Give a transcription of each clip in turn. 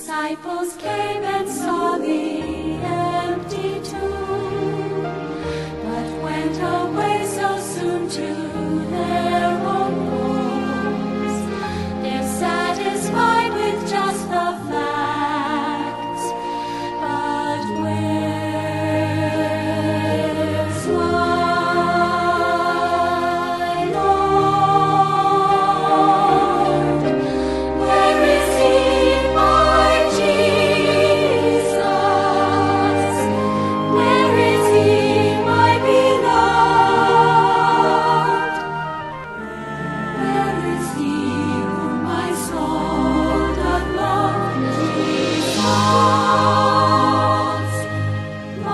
disciples came and saw the empty tomb, but went away so soon to their own homes. They're satisfied with just the facts, but where's my Lord? Where is He, my Jesus? Where is He, my beloved? Where is He whom my soul doth love? Jesus, my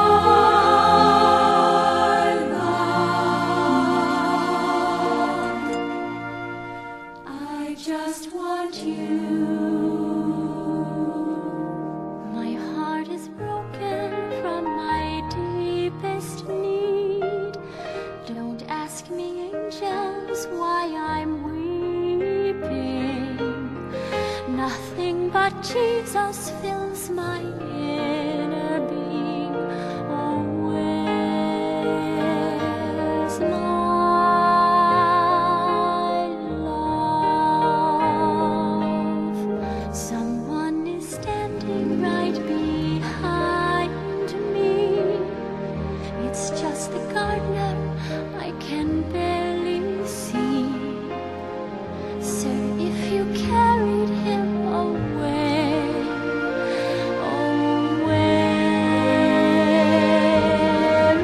love. I just want you. My heart is broken from my deepest need. Don't ask me, angels, why I'm weeping. Nothing but Jesus fills my inner being. Oh, where's my love? Someone is standing right behind me. It's just the gardener I can barely see. Sir, if you carried him away, oh, where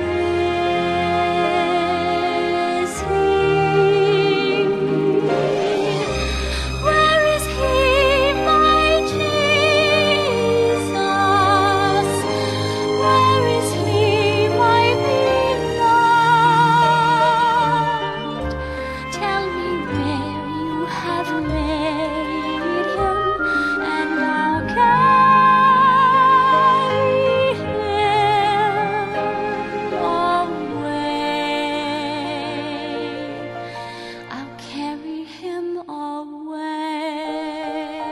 is he? Where is he, my Jesus? Where is he, my beloved? Tell me where you have laid him, and I'll carry him away. I'll carry him away.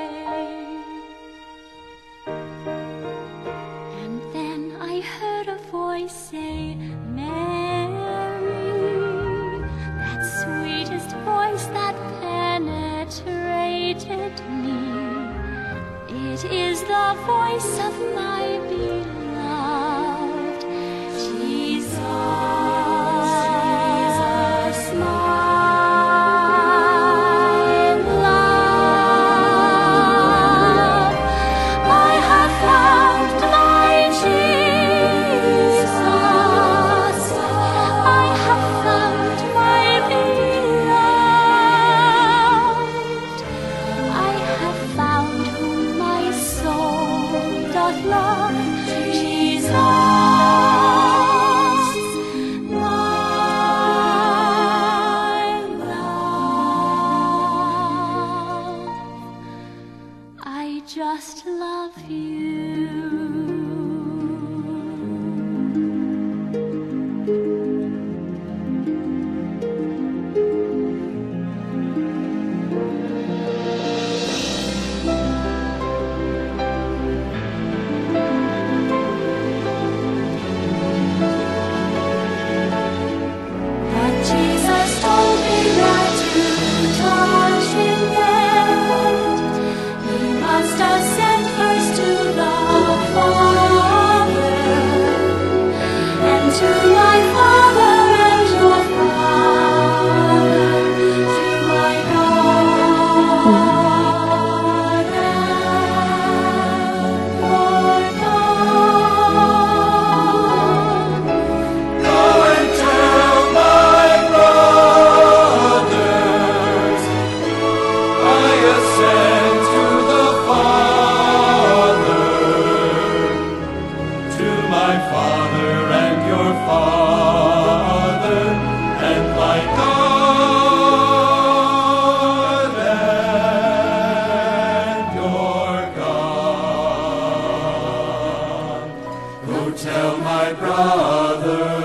And then I heard a voice say, Mary, that sweetest voice that penetrated me. It is the voice of my beloved Jesus, my love. I have found my Jesus. I have found my beloved. I have found whom my soul doth love. Jesus, my love. I just love you. But Jesus told me not to touch him yet. He must ascend first to the Father, and to my Father and your Father, to my God and your God. Go and tell my brothers, I ascend to the Father, to my Father and your Father, and my God and your God. Go tell my brothers.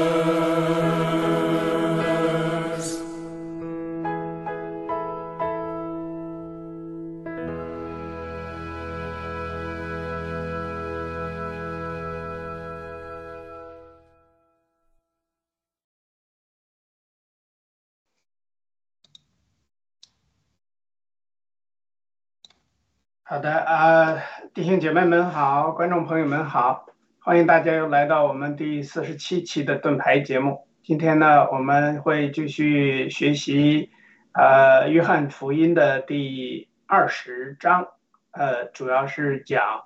好的弟兄姐妹们好，观众朋友们好，欢迎大家又来到我们第47期的盾牌节目。今天呢，我们会继续学习约翰福音的第20章，主要是讲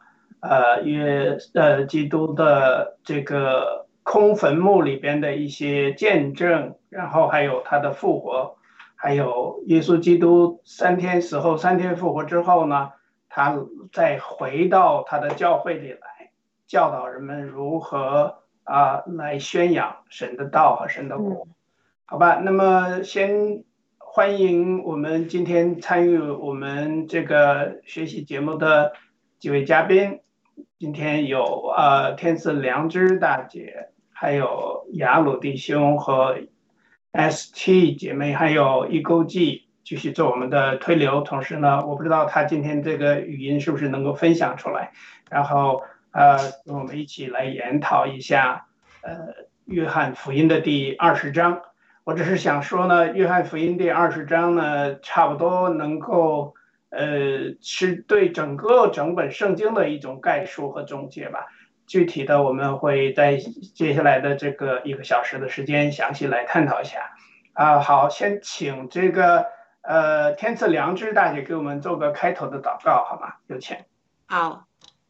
基督的这个空坟墓里边的一些见证，然后还有他的复活，还有耶稣基督3天死后3天复活之后呢，他再回到他的教会里来，教导人们如何来宣扬神的道和神的国。好吧，那么先欢迎我们今天参与我们这个学习节目的几位嘉宾。今天有天赐良知大姐，还有雅鲁弟兄和 ST 姐妹，还有一勾记继续做我们的推流。同时呢，我不知道他今天这个语音是不是能够分享出来，然后我们一起来研讨一下约翰福音的第20章。我只是想说呢，约翰福音第20章呢，差不多能够是对整本圣经的一种概述和总结吧。具体的我们会在接下来的这个1个小时的时间详细来探讨一下。好，先请这个天赐良知大姐给我们做个开头的祷告好吗？有请。 好，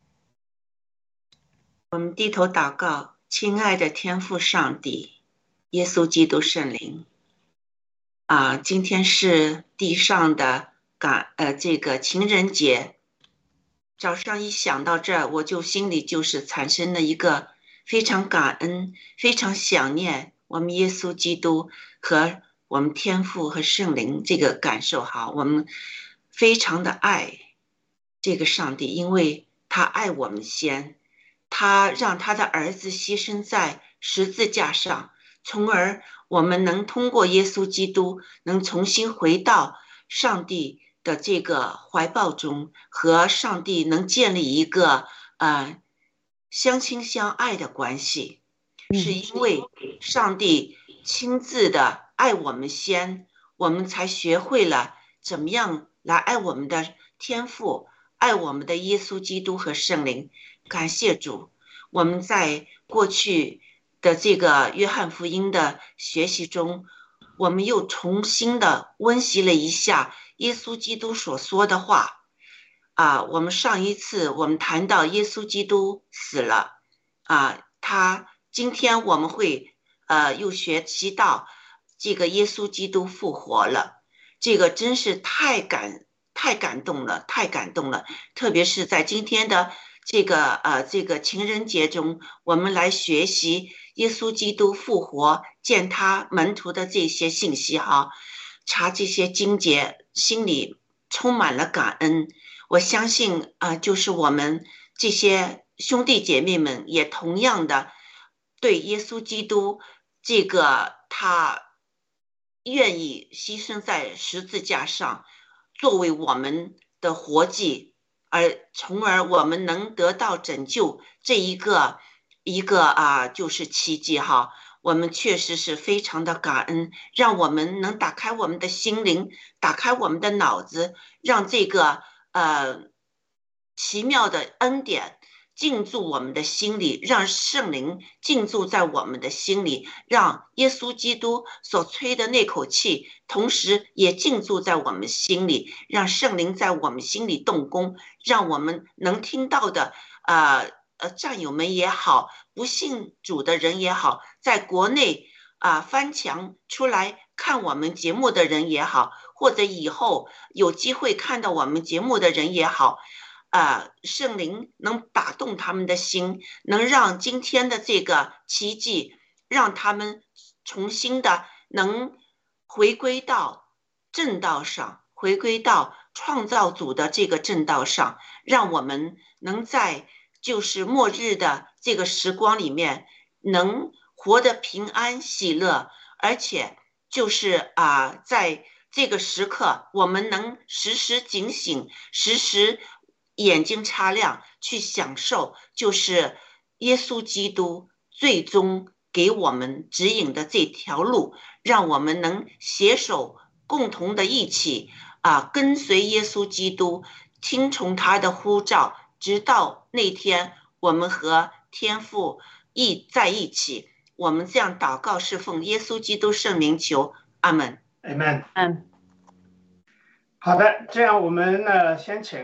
我们低头祷告。亲爱的天父上帝，耶稣基督圣灵今天是地上的这个情人节，早上一想到这儿，我就心里就是产生了一个非常感恩、非常想念我们耶稣基督和我们天父和圣灵这个感受。好，我们非常的爱这个上帝，因为他爱我们先，他让他的儿子牺牲在十字架上，从而我们能通过耶稣基督能重新回到上帝的这个怀抱中，和上帝能建立一个相亲相爱的关系。是因为上帝亲自的爱我们先，我们才学会了怎么样来爱我们的天父，爱我们的耶稣基督和圣灵。感谢主，我们在过去的这个约翰福音的学习中，我们又重新的温习了一下耶稣基督所说的话。我们上一次我们谈到耶稣基督死了，今天我们会又学习到这个耶稣基督复活了，这个真是太感动了，太感动了。特别是在今天的这个情人节中，我们来学习耶稣基督复活见他门徒的这些信息查这些经节，心里充满了感恩。我相信就是我们这些兄弟姐妹们也同样的对耶稣基督这个他愿意牺牲在十字架上作为我们的活祭，从而我们能得到拯救，这一个就是奇迹我们确实是非常的感恩，让我们能打开我们的心灵，打开我们的脑子，让这个奇妙的恩典进驻我们的心里，让圣灵进驻在我们的心里，让耶稣基督所吹的那口气同时也进驻在我们心里，让圣灵在我们心里动工，让我们能听到的战友们也好，不信主的人也好，在国内翻墙出来看我们节目的人也好，或者以后有机会看到我们节目的人也好，圣灵能打动他们的心，能让今天的这个奇迹让他们重新的能回归到正道上，回归到创造主的这个正道上，让我们能在就是末日的这个时光里面能活得平安喜乐，而且就是在这个时刻我们能时时警醒，时时眼睛擦亮，去享受就是耶稣基督最终给我们指引的这条路，让我们能携手共同的一起跟随耶稣基督听从他的呼召，直到那天我们和天父在一起。我们这样祷告是奉耶稣基督圣名求，阿们。 Amen。好的，这样我们呢，先请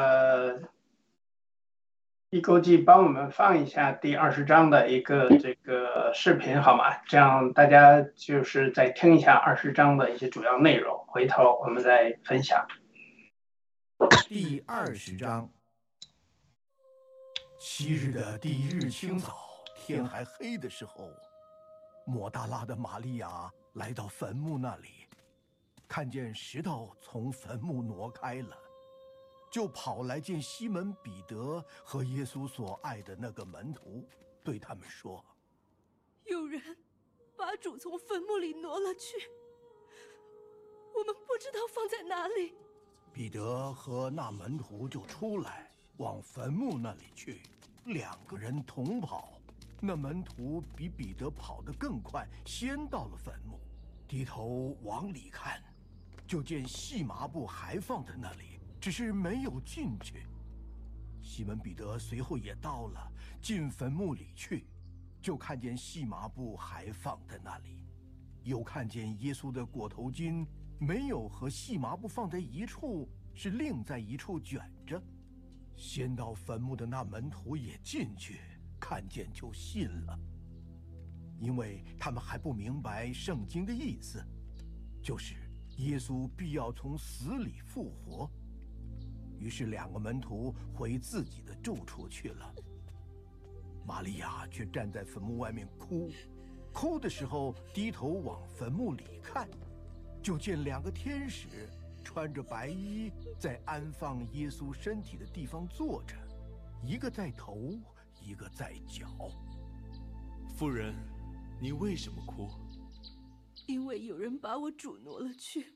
易购记帮我们放一下第20章的一个这个视频好吗？这样大家就是再听一下20章的一些主要内容，回头我们再分享。 第20章。7日的第1日清早，天还黑的时候，抹大拉的玛利亚来到坟墓那里，看见石头从坟墓挪开了，就跑来见西门彼得和耶稣所爱的那个门徒，对他们说： 有人把主从坟墓里挪了去，我们不知道放在哪里。 彼得和那门徒就出来往坟墓那里去，2个人同跑。那门徒比彼得跑得更快，先到了坟墓，低头往里看，就见细麻布还放在那里，只是没有进去。西门彼得随后也到了，进坟墓里去，就看见细麻布还放在那里，又看见耶稣的裹头巾没有和细麻布放在一处，是另在一处卷着。先到坟墓的那门徒也进去，看见就信了，因为他们还不明白圣经的意思，就是耶稣必要从死里复活。于是2个门徒回自己的住处去了。玛利亚却站在坟墓外面哭，哭的时候低头往坟墓里看，就见2个天使穿着白衣，在安放耶稣身体的地方坐着，一个在头，一个在脚。 夫人，你为什么哭？ 因为有人把我主挪了去，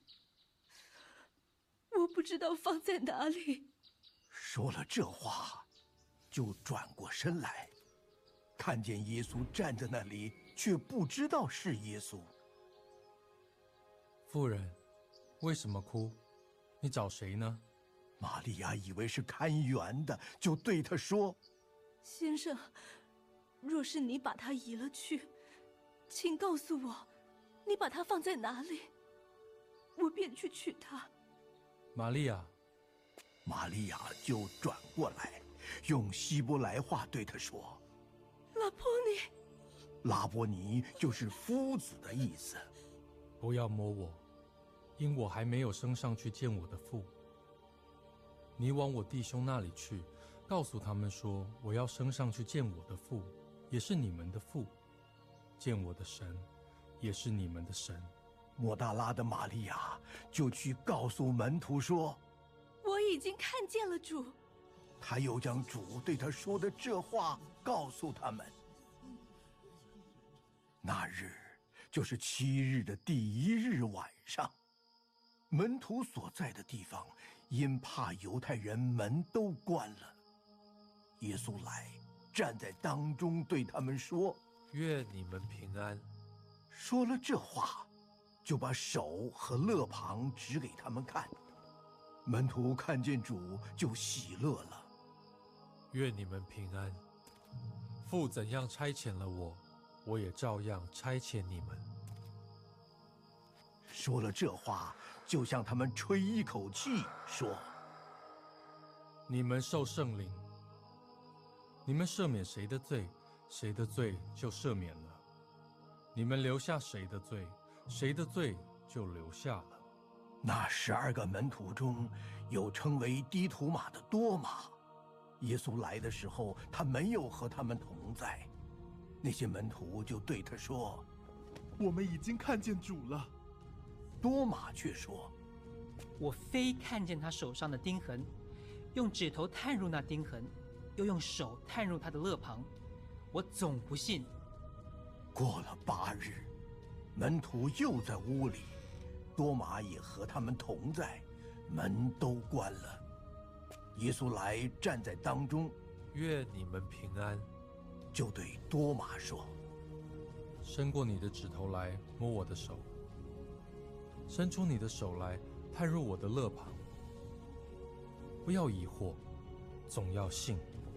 我不知道放在哪里。 说了这话，就转过身来，看见耶稣站在那里，却不知道是耶稣。 夫人，为什么哭？你找谁呢？ 玛利亚以为是看园的，就对他说： 先生，若是你把他移了去，请告诉我，你把他放在哪里，我便去取他。 玛利亚。 玛利亚就转过来，用希伯来话对他说： 拉波尼。 拉波尼就是夫子的意思。 不要摸我，因我还没有升上去见我的父。你往我弟兄那里去，告诉他们说，我要升上去见我的父，也是你们的父；见我的神，也是你们的神。 抹大拉的玛利亚就去告诉门徒说： 我已经看见了主。 他又将主对他说的这话告诉他们。那日就是7日的第1日晚上，门徒所在的地方因怕犹太人，门都关了。耶稣来，站在当中，对他们说： 愿你们平安。 说了这话，就把手和肋旁指给他们看。门徒看见主，就喜乐了。 愿你们平安。父怎样差遣了我，我也照样差遣你们。 说了这话，就向他们吹一口气，说： 你们受圣灵。你们赦免谁的罪，谁的罪就赦免了；你们留下谁的罪，谁的罪就留下了。 那12个门徒中，有称为低土马的多马。耶稣来的时候，他没有和他们同在。那些门徒就对他说： 我们已经看见主了。 多马却说： 我非看见他手上的钉痕，用指头探入那钉痕，又用手探入他的肋旁，我总不信。 过了8日，门徒又在屋里，多马也和他们同在，门都关了。耶稣来，站在当中， 愿你们平安。 就对多马说： 伸过你的指头来摸我的手，伸出你的手来探入我的肋旁， 不要疑惑，总要信。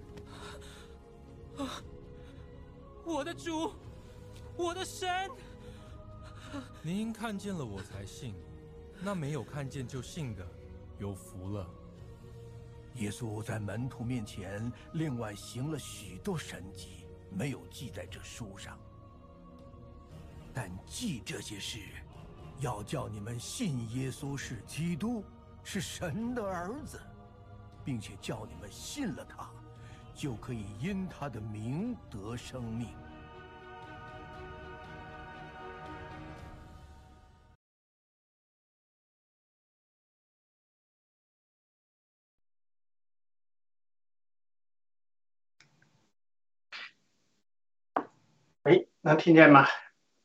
我的主，我的神！ 您因看见了我才信，那没有看见就信的，有福了。 耶稣在门徒面前另外行了许多神迹，没有记在这书上。但记这些事，要叫你们信耶稣是基督，是神的儿子，并且叫你们信了他，就可以因他的名得生命。 喂，能听见吗？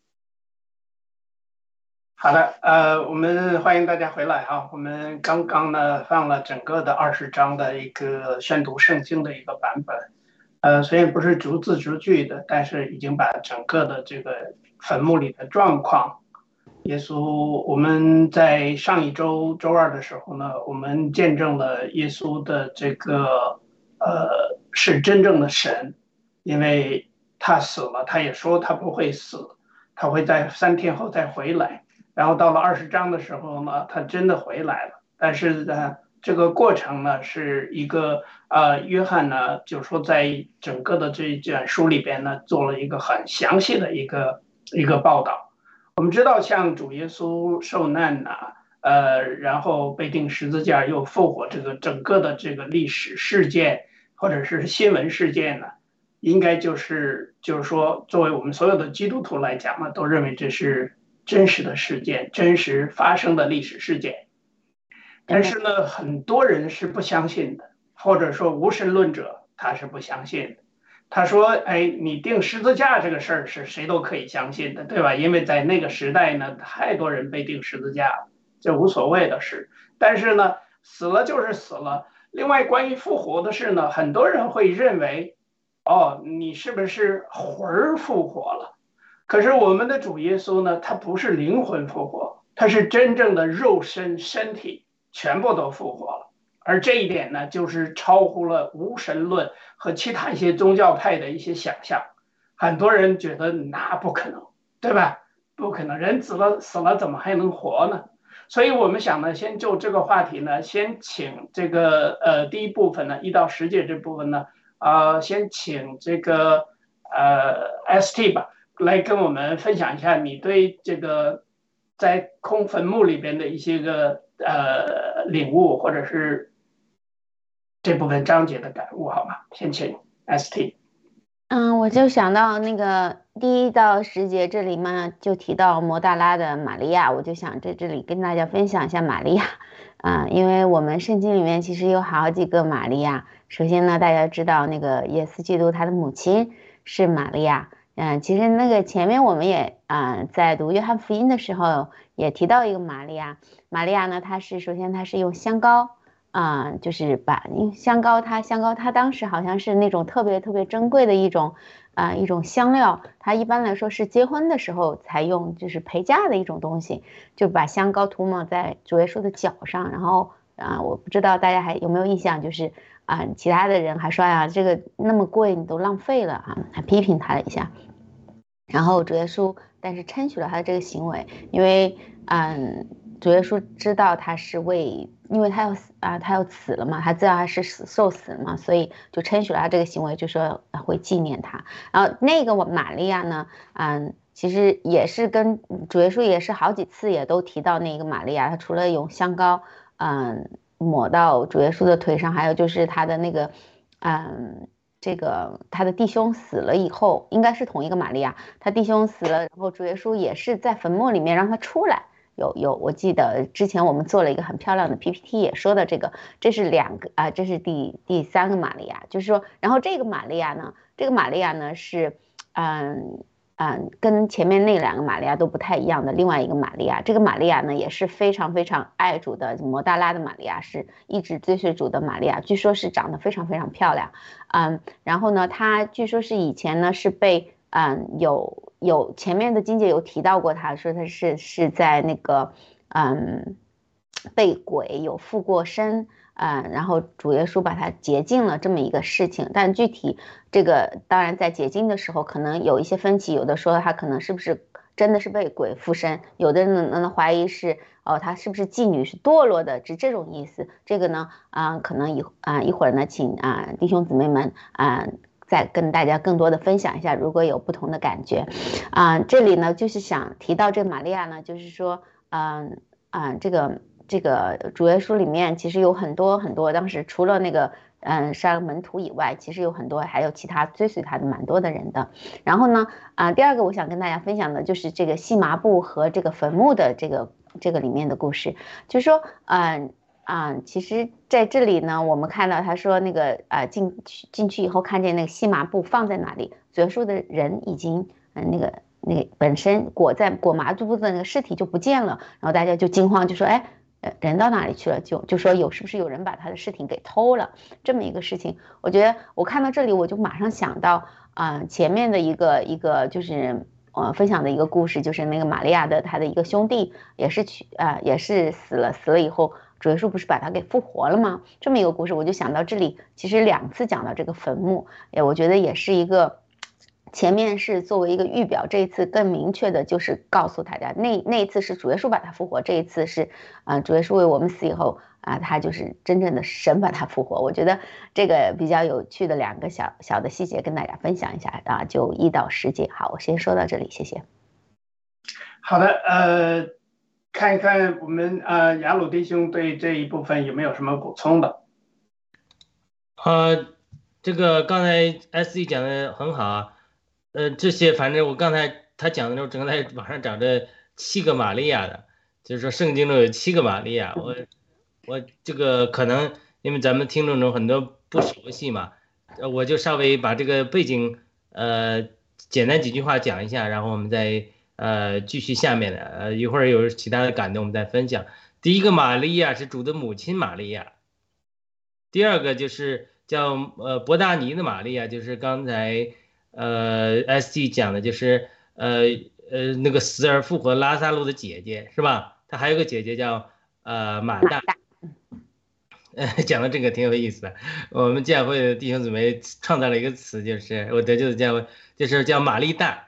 好的，我们欢迎大家回来啊。我们刚刚呢放了整个的20章的一个宣读圣经的一个版本，虽然不是逐字逐句的，但是已经把整个的这个坟墓里的状况，耶稣，我们在上一周周二的时候呢，我们见证了耶稣的这个是真正的神，因为他死了，他也说他不会死，他会在3天后再回来。然后到了20章的时候呢，他真的回来了。但是呢，这个过程呢是一个约翰呢就说在整个的这一卷书里边呢做了一个很详细的一个报道。我们知道像主耶稣受难呐，然后被钉十字架又复活，这个整个的这个历史事件或者是新闻事件呢，应该就是说作为我们所有的基督徒来讲呢，都认为这是真实的事件，真实发生的历史事件。但是呢，很多人是不相信的，或者说无神论者他是不相信的。他说：“哎，你钉十字架这个事儿是谁都可以相信的，对吧？因为在那个时代呢，太多人被钉十字架了，这无所谓的事。但是呢，死了就是死了。另外，关于复活的事呢，很多人会认为，哦，你是不是魂儿复活了？可是我们的主耶稣呢，他不是灵魂复活，他是真正的肉身身体全部都复活了。而这一点呢，就是超乎了无神论和其他一些宗教派的一些想象。很多人觉得那不可能，对吧？不可能，人死了怎么还能活呢？所以我们想呢，先就这个话题呢，先请这个第一部分呢，1到10节这部分呢，先请这个ST 吧，来跟我们分享一下你对这个在空坟墓里边的一些个领悟，或者是这部分章节的感悟，好吗？先请 ST。 我就想到那个第1到10节这里嘛，就提到摩大拉的玛利亚，我就想在这里跟大家分享一下玛利亚，因为我们圣经里面其实有好几个玛利亚。首先呢，大家知道那个耶稣基督他的母亲是玛利亚，其实那个前面我们也在读约翰福音的时候也提到一个玛利亚。玛利亚呢，首先她是用香膏。就是用香膏它当时好像是那种特别特别珍贵的一种香料，它一般来说是结婚的时候才用，就是陪嫁的一种东西，就把香膏涂抹在主耶稣的脚上。然后我不知道大家还有没有印象，就是其他的人还说呀，这个那么贵你都浪费了还批评他了一下。然后主耶稣但是称许了他的这个行为，因为主耶稣知道他是因为他要死了嘛，他知道他是受死嘛，所以就称许了他这个行为，就说会纪念他。然后那个玛利亚呢，其实也是跟主耶稣也是好几次也都提到那个玛利亚，他除了用香膏抹到主耶稣的腿上，还有就是他的那个这个他的弟兄死了以后，应该是同一个玛利亚，他弟兄死了，然后主耶稣也是在坟墓里面让他出来。我记得之前我们做了一个很漂亮的 PPT 也说的这个，这是这是第3个玛利亚，就是说，然后这个玛利亚呢是跟前面那2个玛利亚都不太一样的另外一个玛利亚。这个玛利亚呢也是非常非常爱主的，摩大拉的玛利亚是一直追随主的玛利亚，据说是长得非常非常漂亮。然后呢，她据说是以前呢是被有前面的经节有提到过，他说他是在那个被鬼有附过身， 然后主耶稣把他洁净了这么一个事情。但具体这个当然在洁净的时候可能有一些分歧，有的说他可能是不是真的是被鬼附身，有的人呢怀疑是他是不是妓女是堕落的，是这种意思。这个呢可能一会儿呢请弟兄姊妹们再跟大家更多的分享一下，如果有不同的感觉这里呢就是想提到这个玛利亚呢，就是说这个主耶稣里面其实有很多很多，当时除了那个12个门徒以外，其实有很多还有其他追随他的蛮多的人的。然后呢第二个我想跟大家分享的就是这个细麻布和这个坟墓的这个里面的故事，就是说其实在这里呢我们看到他说那个进去以后看见那个细麻布放在哪里，主耶稣的人已经那个本身裹麻布的那个尸体就不见了，然后大家就惊慌，就说人到哪里去了，就说是不是有人把他的尸体给偷了这么一个事情。我觉得我看到这里我就马上想到前面的一个就是分享的一个故事，就是那个玛利亚的他的一个兄弟也是死了以后，主耶稣不是把他给复活了吗？这么一个故事，我就想到这里其实2次讲到这个坟墓，我觉得也是一个前面是作为一个预表，这一次更明确的就是告诉大家，那一次是主耶稣把他复活，这一次是主耶稣为我们死以后他就是真正的神把他复活。我觉得这个比较有趣的2个小的细节跟大家分享一下就1到10节。好，我先说到这里，谢谢。 好的，看一看我们雅鲁弟兄对这一部分有没有什么补充的？ 这个刚才 SE 讲的很好这些反正我刚才他讲的时候，正在网上找着7个玛利亚的，就是说圣经中有7个玛利亚。我这个可能因为咱们听众中很多不熟悉嘛，我就稍微把这个背景简单几句话讲一下，然后我们再继续下面的一会儿有其他的感动我们再分享。第一个玛利亚是主的母亲玛利亚，第二个就是叫伯大尼的玛利亚，就是刚才ST 讲的，就是那个死而复活拉萨路的姐姐是吧？她还有个姐姐叫马大。讲的这个挺有意思的，我们教会的弟兄姊妹创造了一个词，就是我得救的教会就是叫玛利大。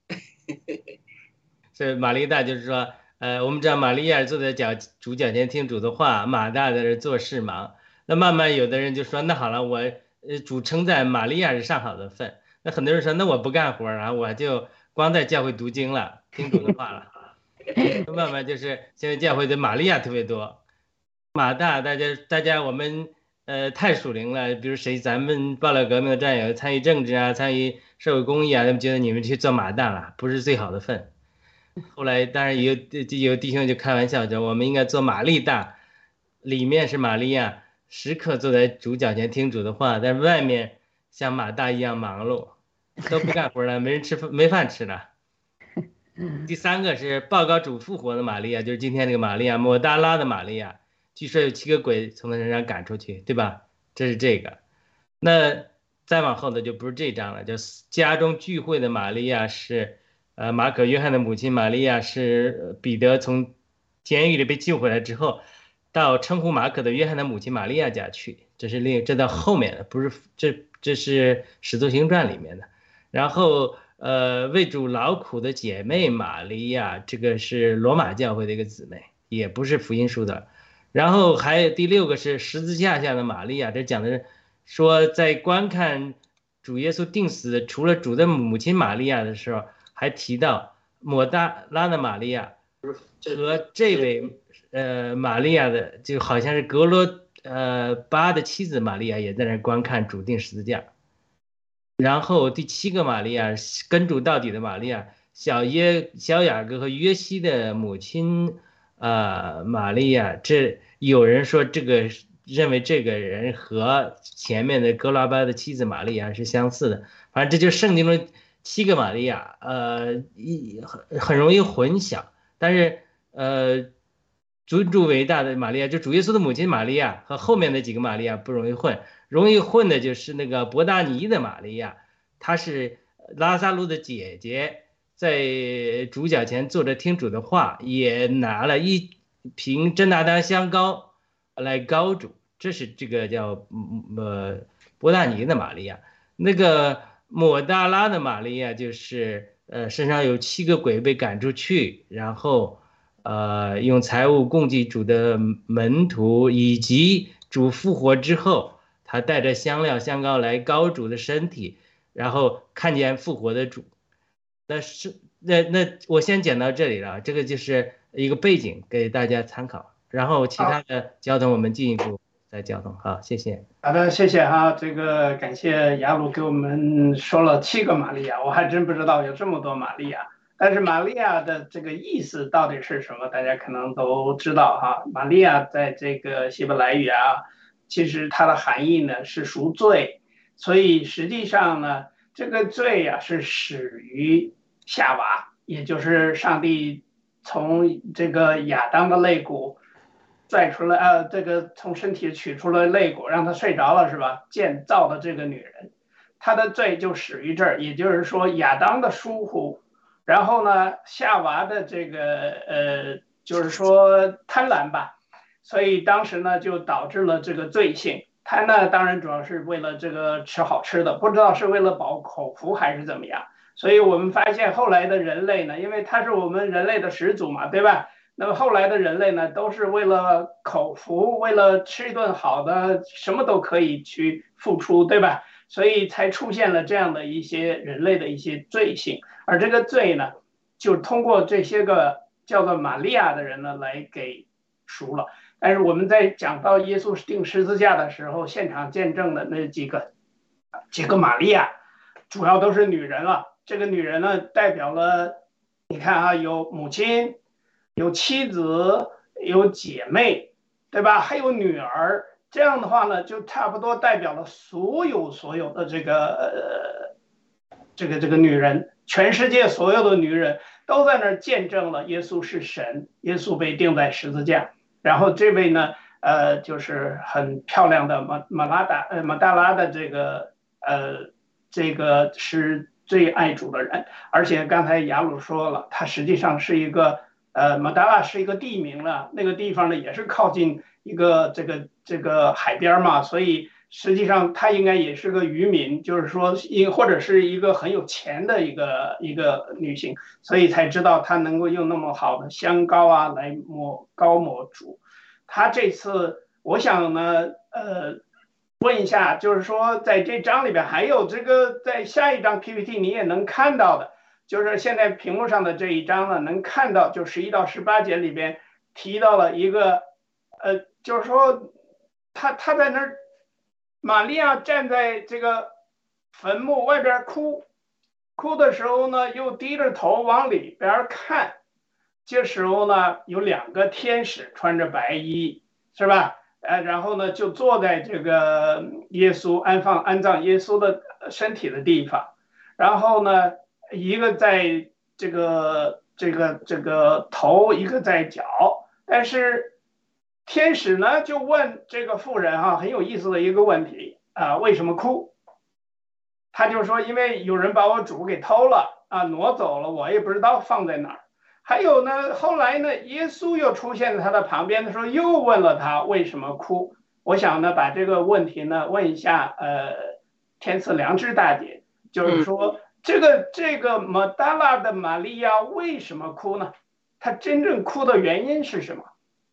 所以玛利大就是说我们知道玛利亚坐在主脚前听主的话，马大在这做事忙。那慢慢有的人就说那好了，我主称赞玛利亚是上好的份。那很多人说那我不干活啊，我就光在教会读经了，听主的话了。慢慢就是现在教会的玛利亚特别多。马大大家我们太属灵了，比如咱们爆料革命的战友参与政治参与社会公益他们觉得你们去做马大了不是最好的份。后来当然有弟兄就开玩笑说我们应该做玛利大，里面是玛利亚时刻坐在主脚前听主的话，在外面像马大一样忙碌，都不干活了，没饭吃了。第3个是报告主复活的玛利亚，就是今天这个玛利亚抹大拉的玛利亚，据说有7个鬼从他身上赶出去，对吧？这是这个。那再往后的就不是这章了，就家中聚会的玛利亚是马可约翰的母亲玛利亚，是彼得从监狱里被救回来之后到称呼马可的约翰的母亲玛利亚家去，这到后面的，不是这是使徒行传里面的。然后为主劳苦的姐妹玛利亚，这个是罗马教会的一个姊妹，也不是福音书的。然后还有第6个是十字架下的玛利亚，这讲的是说在观看主耶稣钉死除了主的母亲玛利亚的时候，还提到抹大拉的玛利亚和这位玛利亚的，就好像是格罗巴的妻子玛利亚也在那观看主钉十字架。然后第7个玛利亚跟主到底的玛利亚，小雅各和约西的母亲玛利亚，这有人说认为这个人和前面的格拉巴的妻子玛利亚是相似的。反正这就是圣经中7个玛利亚，很容易混淆。但是尊主伟大的玛利亚，就主耶稣的母亲玛利亚和后面的几个玛利亚不容易混，容易混的就是那个伯大尼的玛利亚，她是拉萨路的姐姐，在主脚前坐着听主的话，也拿了1瓶真拿当香膏来膏主， 这是这个叫伯大尼的玛利亚。那个抹大拉的玛利亚就是身上有7个鬼被赶出去，然后用财物供给主的门徒，以及主复活之后，他带着香料香膏来膏主的身体，然后看见复活的主。那我先讲到这里了，这个就是一个背景给大家参考，然后其他的交通我们进一步再交通。好，谢谢。 好的，谢谢哈，这个感谢雅鲁给我们说了7个玛利亚，我还真不知道有这么多玛利亚。但是玛利亚的这个意思到底是什么，大家可能都知道哈。玛利亚在这个希伯来语啊，其实它的含义呢是赎罪，所以实际上呢，这个罪啊是始于夏娃，也就是上帝从这个亚当的肋骨拽出来，这个从身体取出了肋骨，让他睡着了是吧？建造的这个女人，她的罪就始于这儿，也就是说亚当的疏忽，然后呢夏娃的这个就是说贪婪吧，所以当时呢就导致了这个罪性。贪呢当然主要是为了这个吃好吃的，不知道是为了饱口福还是怎么样。所以我们发现后来的人类呢，因为他是我们人类的始祖嘛，对吧？那么后来的人类呢，都是为了口福，为了吃一顿好的，什么都可以去付出，对吧？所以才出现了这样的一些人类的一些罪性，而这个罪呢，就通过这些个叫做玛利亚的人呢来给赎了。但是我们在讲到耶稣钉十字架的时候，现场见证的那几个玛利亚，主要都是女人了。这个女人呢，代表了，你看啊，有母亲，有妻子，有姐妹，对吧？还有女儿。这样的话呢，就差不多代表了所有的这个女人，全世界所有的女人都在那儿见证了耶稣是神，耶稣被钉在十字架。然后这位呢，就是很漂亮的马大拉的这个是最爱主的人，而且刚才雅鲁说了，他实际上是一个马大拉是一个地名了，那个地方呢也是靠近一个这个海边嘛，所以实际上他应该也是个渔民，就是说或者是一个很有钱的一个女性，所以才知道她能够用那么好的香膏啊来抹主。她这次我想呢问一下，就是说在这章里边还有这个在下一章 PPT 你也能看到的，就是现在屏幕上的这一章呢，能看到就11到18节里边提到了一个就是说他在那儿，玛利亚站在这个坟墓外边哭的时候呢，又低着头往里边看。这时候呢，有2个天使穿着白衣，是吧？然后呢，就坐在这个耶稣安葬耶稣的身体的地方。然后呢，一个在这个头，一个在脚。但是天使呢就问这个妇人很有意思的一个问题为什么哭？他就说因为有人把我主给偷了挪走了，我也不知道放在哪儿。还有呢，后来呢，耶稣又出现在他的旁边的时候，又问了他为什么哭。我想呢，把这个问题呢问一下天赐良知大姐，就是说这个马大拉的玛利亚为什么哭呢？她真正哭的原因是什么？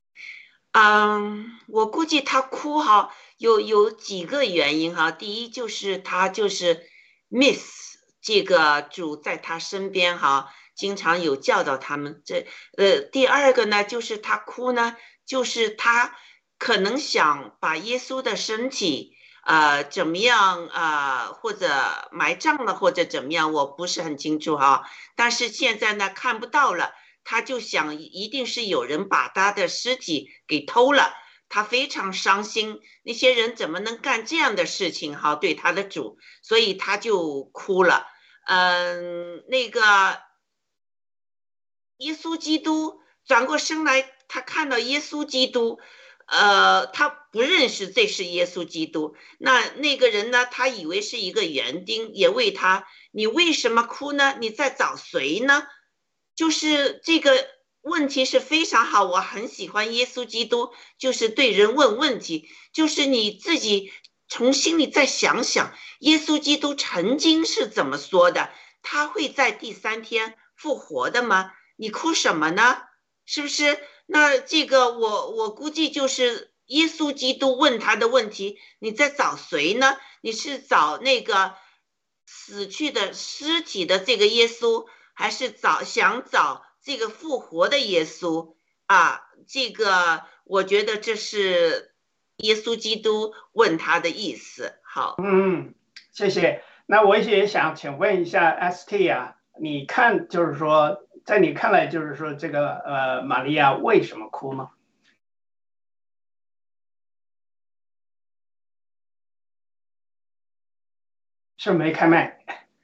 我估计他哭有几个原因第一就是他就是 miss 这个主在他身边经常有教导他们。第二个呢，就是他哭呢，就是他可能想把耶稣的身体怎么样或者埋葬了或者怎么样，我不是很清楚但是现在呢看不到了，他就想一定是有人把他的尸体给偷了，他非常伤心，那些人怎么能干这样的事情对他的主，所以他就哭了。那个耶稣基督转过身来，他看到耶稣基督他不认识这是耶稣基督，那个人呢，他以为是一个园丁，也问他你为什么哭呢？你在找谁呢？就是这个问题是非常好，我很喜欢耶稣基督，就是对人问问题，就是你自己从心里再想想，耶稣基督曾经是怎么说的？他会在第3天复活的吗？你哭什么呢？是不是？那这个我估计就是耶稣基督问他的问题，你在找谁呢？你是找那个死去的尸体的这个耶稣，还是想找这个复活的耶稣啊？这个我觉得这是耶稣基督问他的意思。好， 谢谢。那我也想请问一下 ST 啊，你看就是说，在你看来就是说这个玛利亚为什么哭呢？是没开麦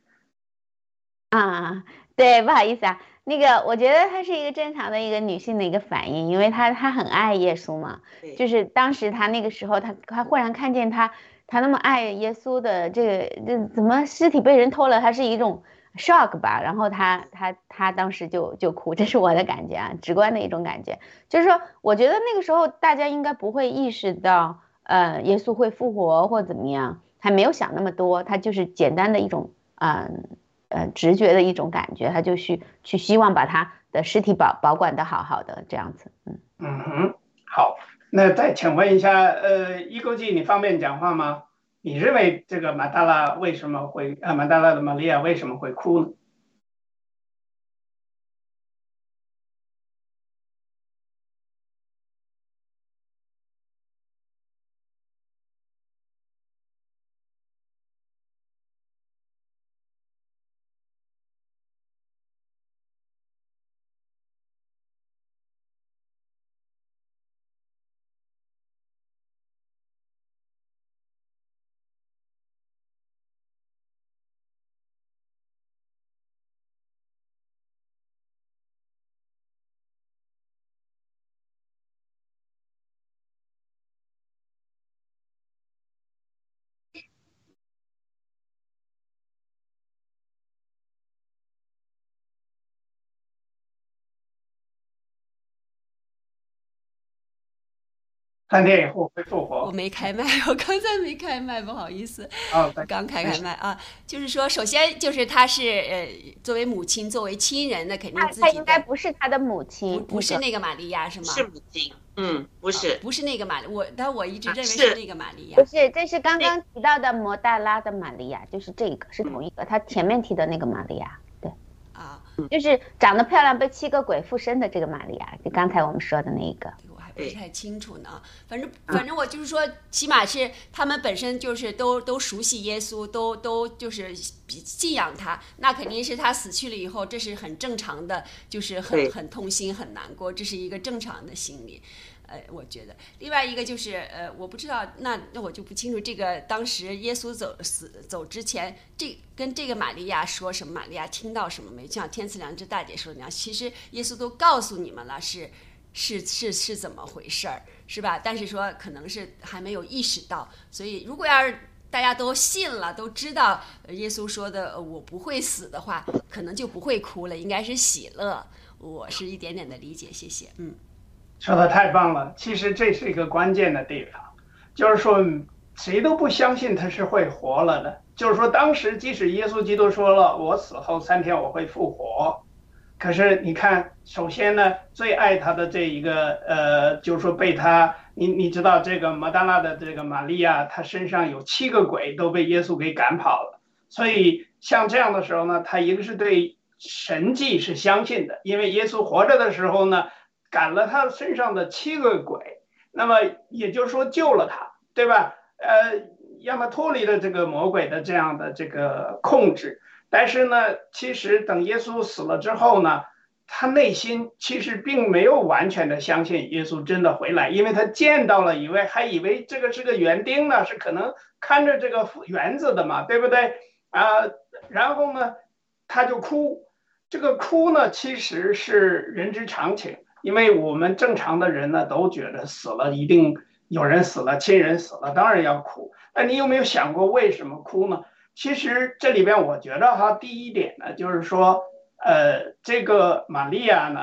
啊？对，不好意思啊。那个，我觉得她是一个正常的一个女性的一个反应，因为她很爱耶稣嘛，就是当时她那个时候，她忽然看见她那么爱耶稣的这怎么尸体被人偷了，她是一种 shock 吧，然后她当时就哭，这是我的感觉啊，直观的一种感觉，就是说，我觉得那个时候大家应该不会意识到，耶稣会复活或怎么样，还没有想那么多，他就是简单的一种直觉的一种感觉，他就去希望把他的尸体保管的好好的这样子。 好，那再请问一下，一勾记，你方便讲话吗？你认为这个马大拉的玛利亚为什么会哭呢？3天以后会复活。 我没开麦，我刚才没开麦，不好意思。刚开麦啊，就是说，首先就是他是作为母亲，作为亲人，那肯定自己他应该不是他的母亲， 不是那个玛利亚是吗？ 是母亲，不是， 不是那个玛利，但我一直认为是那个玛利亚。 不是，这是刚刚提到的摩大拉的玛利亚，就是这个是同一个，他前面提的那个玛利亚，对，就是长得漂亮被7个鬼附身的这个玛利亚，就刚才我们说的那一个。 不是太清楚呢，反正我就是说，起码是他们本身就是都熟悉耶稣，都就是信仰他，那肯定是他死去了以后，这是很正常的，就是很痛心很难过，这是一个正常的心理。我觉得另外一个就是我不知道，那我就不清楚这个当时耶稣走之前，跟这个玛利亚说什么，玛利亚听到什么没？就像天赐良知大姐说的那样，其实耶稣都告诉你们了，是怎么回事儿，是吧？但是说可能是还没有意识到，所以如果要是大家都信了，都知道耶稣说的我不会死的话，可能就不会哭了，应该是喜乐。我是一点点的理解，谢谢。 说的太棒了，其实这是一个关键的地方，就是说谁都不相信他是会活了的，就是说当时即使耶稣基督说了我死后3天我会复活。可是你看，首先呢，最爱他的这一个就是说被他，你知道这个摩大拉的这个玛利亚，她身上有7个鬼都被耶稣给赶跑了。所以像这样的时候呢，他一个是对神迹是相信的，因为耶稣活着的时候呢，赶了他身上的7个鬼，那么也就是说救了他，对吧？让他脱离了这个魔鬼的这样的这个控制。但是呢，其实等耶稣死了之后呢，他内心其实并没有完全的相信耶稣真的回来，因为他见到了还以为这个是个园丁呢，是可能看着这个园子的嘛，对不对然后呢，他就哭。这个哭呢，其实是人之常情，因为我们正常的人呢都觉得死了一定有人死了，亲人死了，当然要哭。那你有没有想过为什么哭呢？其实这里边我觉得第一点呢，就是说，这个玛利亚呢，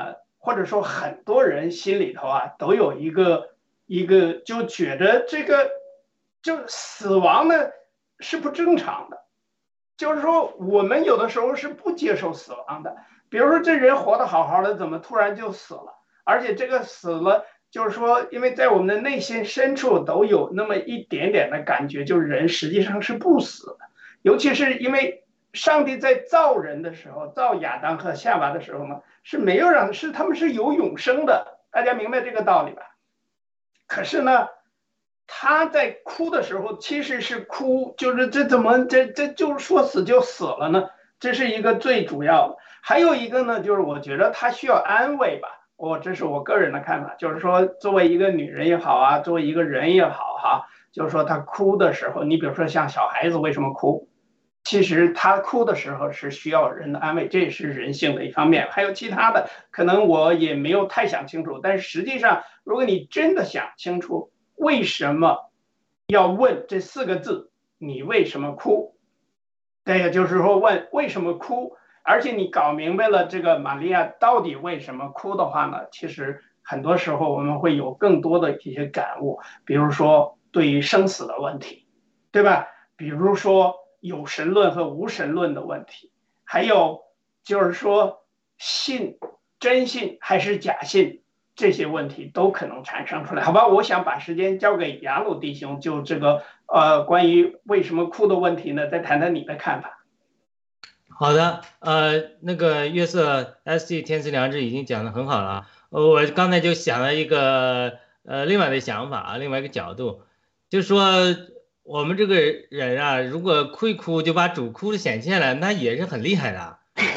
或者说很多人心里头啊，都有一个就觉得这个就死亡呢是不正常的，就是说我们有的时候是不接受死亡的。比如说这人活得好好的，怎么突然就死了？而且这个死了，就是说，因为在我们的内心深处都有那么一点点的感觉，就是人实际上是不死的。尤其是因为上帝在造人的时候，造亚当和夏娃的时候呢，是没有让他们是有永生的，大家明白这个道理吧？可是呢，他在哭的时候其实是哭，就是这怎么这就是说死就死了呢？这是一个最主要的。还有一个呢，就是我觉得他需要安慰吧。这是我个人的看法，就是说作为一个女人也好啊，作为一个人也好哈，就是说她哭的时候，你比如说像小孩子为什么哭？其实他哭的时候是需要人的安慰，这也是人性的一方面。还有其他的，可能我也没有太想清楚。但是实际上，如果你真的想清楚为什么要问这4个字，你为什么哭？对，也就是说问为什么哭，而且你搞明白了这个玛利亚到底为什么哭的话呢，其实很多时候我们会有更多的一些感悟，比如说对于生死的问题，对吧？比如说有神论和无神论的问题，还有就是说真信还是假信，这些问题都可能产生出来，好吧？我想把时间交给雅鲁弟兄，就这个关于为什么哭的问题呢，再谈谈你的看法。 好的，那个约瑟 SG 天赐良知已经讲得很好了，我刚才就想了一个另外的想法，另外一个角度，就是说我们这个人啊，如果哭一哭就把主哭的显现了，那也是很厉害的。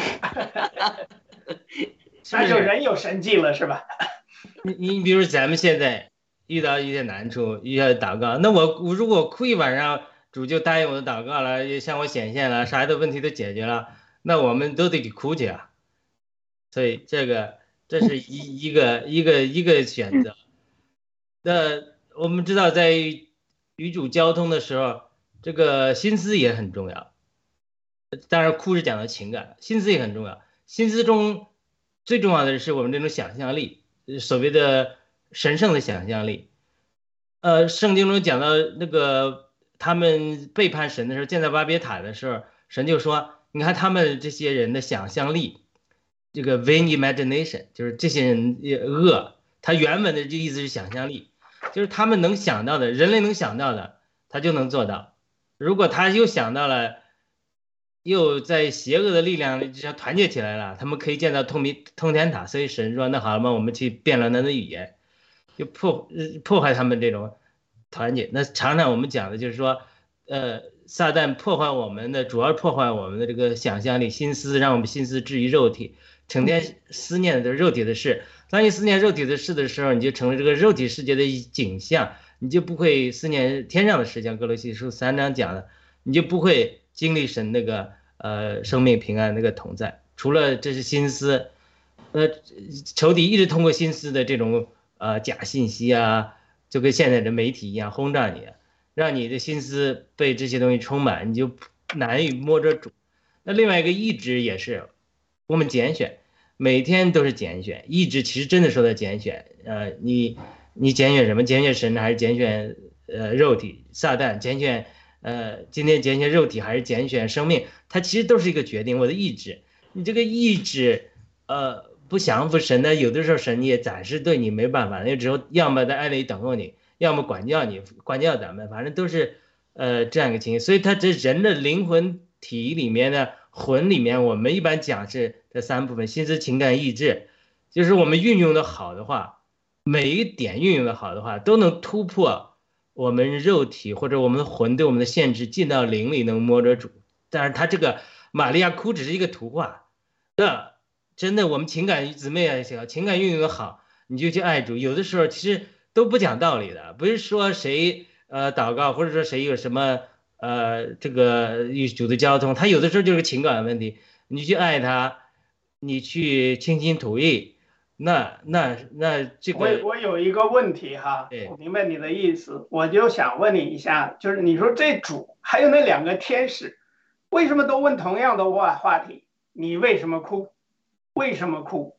那就人有神迹了，是吧？ 你比如咱们现在遇到一些难处，遇到祷告，那我如果哭一晚上，主就答应我的祷告了，也向我显现了，啥的问题都解决了，那我们都得哭去啊。所以这是一个选择。那我们知道在与主交通的时候，这个心思也很重要。当然哭是讲的情感，心思也很重要。心思中最重要的是我们这种想象力，所谓的神圣的想象力。圣经中讲到那个他们背叛神的时候，建造巴别塔的时候，神就说，你看他们这些人的想象力，这个 vain imagination， 就是这些人恶，他原文的这意思是想象力，就是他们能想到的，人类能想到的，他就能做到。如果他又想到了，又在邪恶的力量之下团结起来了，他们可以建造通天塔。所以神说，那好了嘛，我们去辩论他的语言，就破坏他们这种团结。那常常我们讲的就是说，撒旦破坏我们的，主要破坏我们的这个想象力、心思，让我们心思置于肉体，成天思念的肉体的事。当你思念肉体的事的时候，你就成了这个肉体世界的景象，你就不会思念天上的事，像歌罗西书3章讲的，你就不会经历神那个生命平安那个同在。除了这是心思，仇敌一直通过心思的这种假信息啊，就跟现在的媒体一样轰炸你，让你的心思被这些东西充满，你就难以摸着主。那另外一个意志也是我们拣选，每天都是拣选，意志其实真的说的拣选。你拣选什么？拣选神还是拣选肉体？撒旦拣选今天拣选肉体还是拣选生命？它其实都是一个决定。我的意志，你这个意志不降服神呢，有的时候神也暂时对你没办法，那之后要么在爱里等候你，要么管教你，管教咱们，反正都是这样一个情形。所以他这人的灵魂体里面呢，魂里面，我们一般讲是这3部分：心思、情感、意志。就是我们运用的好的话，每一点运用的好的话，都能突破我们肉体或者我们的魂对我们的限制，进到灵里能摸着主。但是他这个玛利亚哭只是一个图画，那真的我们情感姊妹也行，情感运用的好，你就去爱主。有的时候其实都不讲道理的，不是说谁祷告，或者说谁有什么这个与主的交通，他有的时候就是情感问题，你去爱他，你去倾心吐意，那这个我有一个问题哈，我明白你的意思，我就想问你一下，就是你说这主还有那2个天使，为什么都问同样的话题？你为什么哭？为什么哭？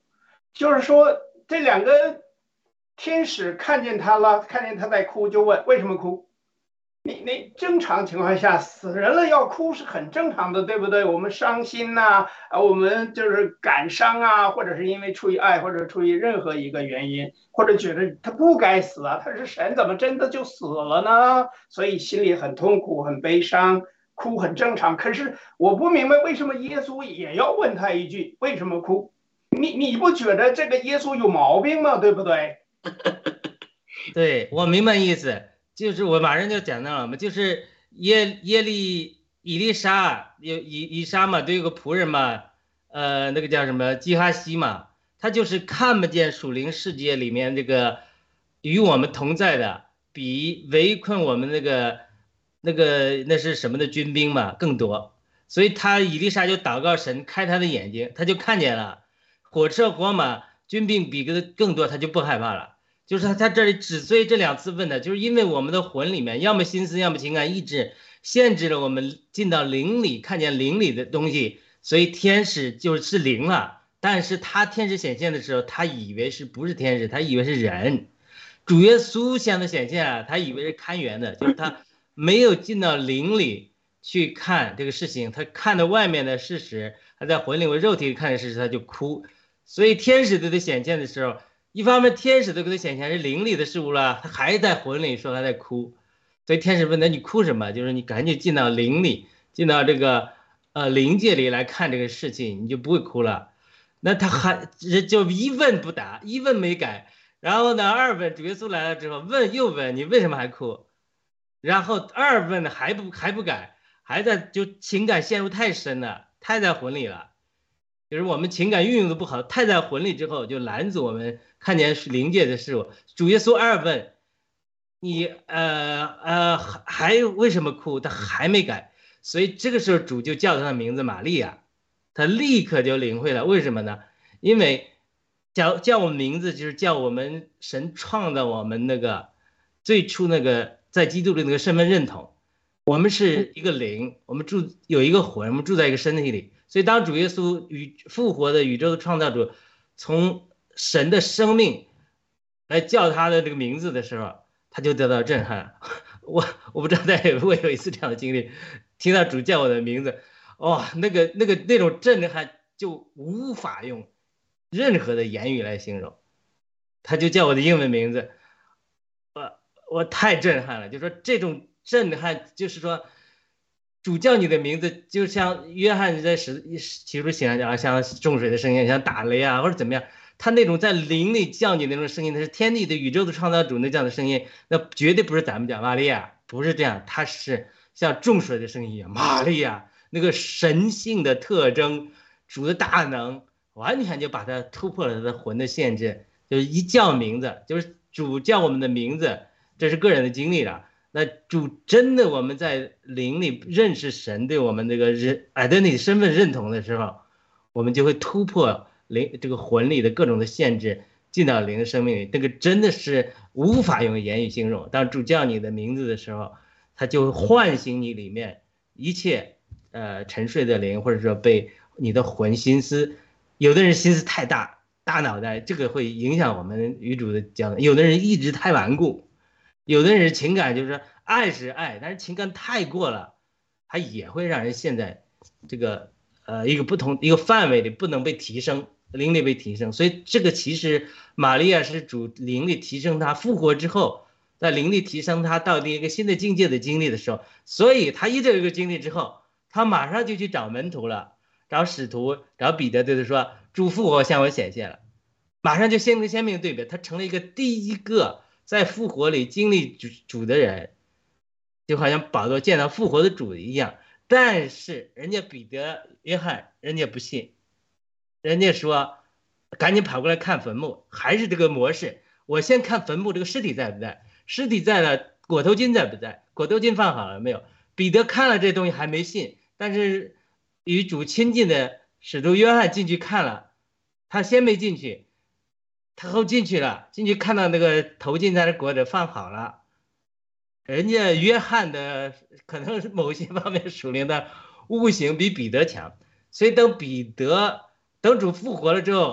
就是说这两个天使看见他了，看见他在哭，就问为什么哭？你正常情况下死人了要哭是很正常的，对不对？我们伤心呐，我们就是感伤啊，或者是因为出于爱，或者出于任何一个原因，或者觉得他不该死啊，他是神，怎么真的就死了呢？所以心里很痛苦、很悲伤，哭很正常。可是我不明白为什么耶稣也要问他一句为什么哭？你不觉得这个耶稣有毛病吗？对不对？ 对，我明白意思。就是我马上就讲到了嘛，就是以利沙以沙嘛，都有个仆人嘛，那个叫什么基哈西嘛，他就是看不见属灵世界里面这个与我们同在的，比围困我们那是什么的军兵嘛更多，所以以利沙就祷告神开他的眼睛，他就看见了火车火马军兵比更多，他就不害怕了。就是他这里之所以这2次问的，就是因为我们的魂里面要么心思要么情感意志限制了我们进到灵里看见灵里的东西，所以天使就是灵了。但是天使显现的时候，他以为不是天使，他以为是人。主耶稣向他显现啊，他以为是看园的，就是他没有进到灵里去看这个事情，他看到外面的事实，他在魂里或肉体里看的事实，他就哭。所以天使对他显现的时候，一方面天使都给他显现是灵里的事物了，他还在魂里说他在哭，所以天使问他你哭什么？就是你赶紧进到灵里，进到这个灵界里来看这个事情，你就不会哭了。那他还就一问不答，一问没改，然后呢2问主耶稣来了之后问又问你为什么还哭，然后2问还不改，还在就情感陷入太深了，太在魂里了。就是我们情感运用的不好，太在魂里之后，就拦阻我们看见灵界的事物。主耶稣2问你，还为什么哭？他还没改，所以这个时候主就叫他的名字玛利亚，他立刻就领会了。为什么呢？因为叫我们名字，就是叫我们神创造我们那个最初那个在基督里那个身份认同。我们是一个灵，我们有一个魂，我们住在一个身体里。所以当主耶稣复活的宇宙的创造主从神的生命来叫他的这个名字的时候，他就得到震撼。我不知道大家有没有一次这样的经历，听到主叫我的名字，那种震撼就无法用任何的言语来形容。他就叫我的英文名字，我太震撼了。就说这种震撼，就是说主叫你的名字，就像约翰在启示写上像重水的声音，像打雷啊，或者怎么样，他那种在灵里叫你的那种声音，那是天地的宇宙的创造主那这样的声音，那绝对不是咱们讲玛利亚，不是这样，他是像重水的声音一样，玛利亚那个神性的特征，主的大能，完全就把它突破了他的魂的限制，就是一叫名字，就是主叫我们的名字，这是个人的经历了。那主真的我们在灵里认识神对我们这个identity 身份认同的时候，我们就会突破这个魂里的各种的限制，进到灵的生命里，这个真的是无法用言语形容。当主叫你的名字的时候，他就唤醒你里面一切沉睡的灵，或者说被你的魂心思，有的人心思太大脑袋，这个会影响我们与主的交流；有的人意志太顽固。有的人情感就是爱是爱，但是情感太过了，它也会让人陷在这个一个范围里，不能被提升，灵力被提升。所以这个其实玛利亚是主灵力提升他复活之后，在灵力提升他到一个新的境界的经历的时候，所以他一这个经历之后，他马上就去找门徒了，找使徒，找彼得，对他说主复活向我显现了，马上就鲜明对比，他成了一个第一个在复活里经历主的人，就好像保罗见到复活的主一样。但是人家彼得、约翰，人家不信，人家说赶紧跑过来看坟墓，还是这个模式。我先看坟墓，这个尸体在不在？尸体在了，裹头巾在不在？裹头巾放好了没有？彼得看了这东西还没信，但是与主亲近的使徒约翰进去看了，他先没进去。他后进去了，进去看到那个头巾在那裹着放好了，人家约翰的可能是某些方面属灵的悟性比彼得强，所以等主复活了之后，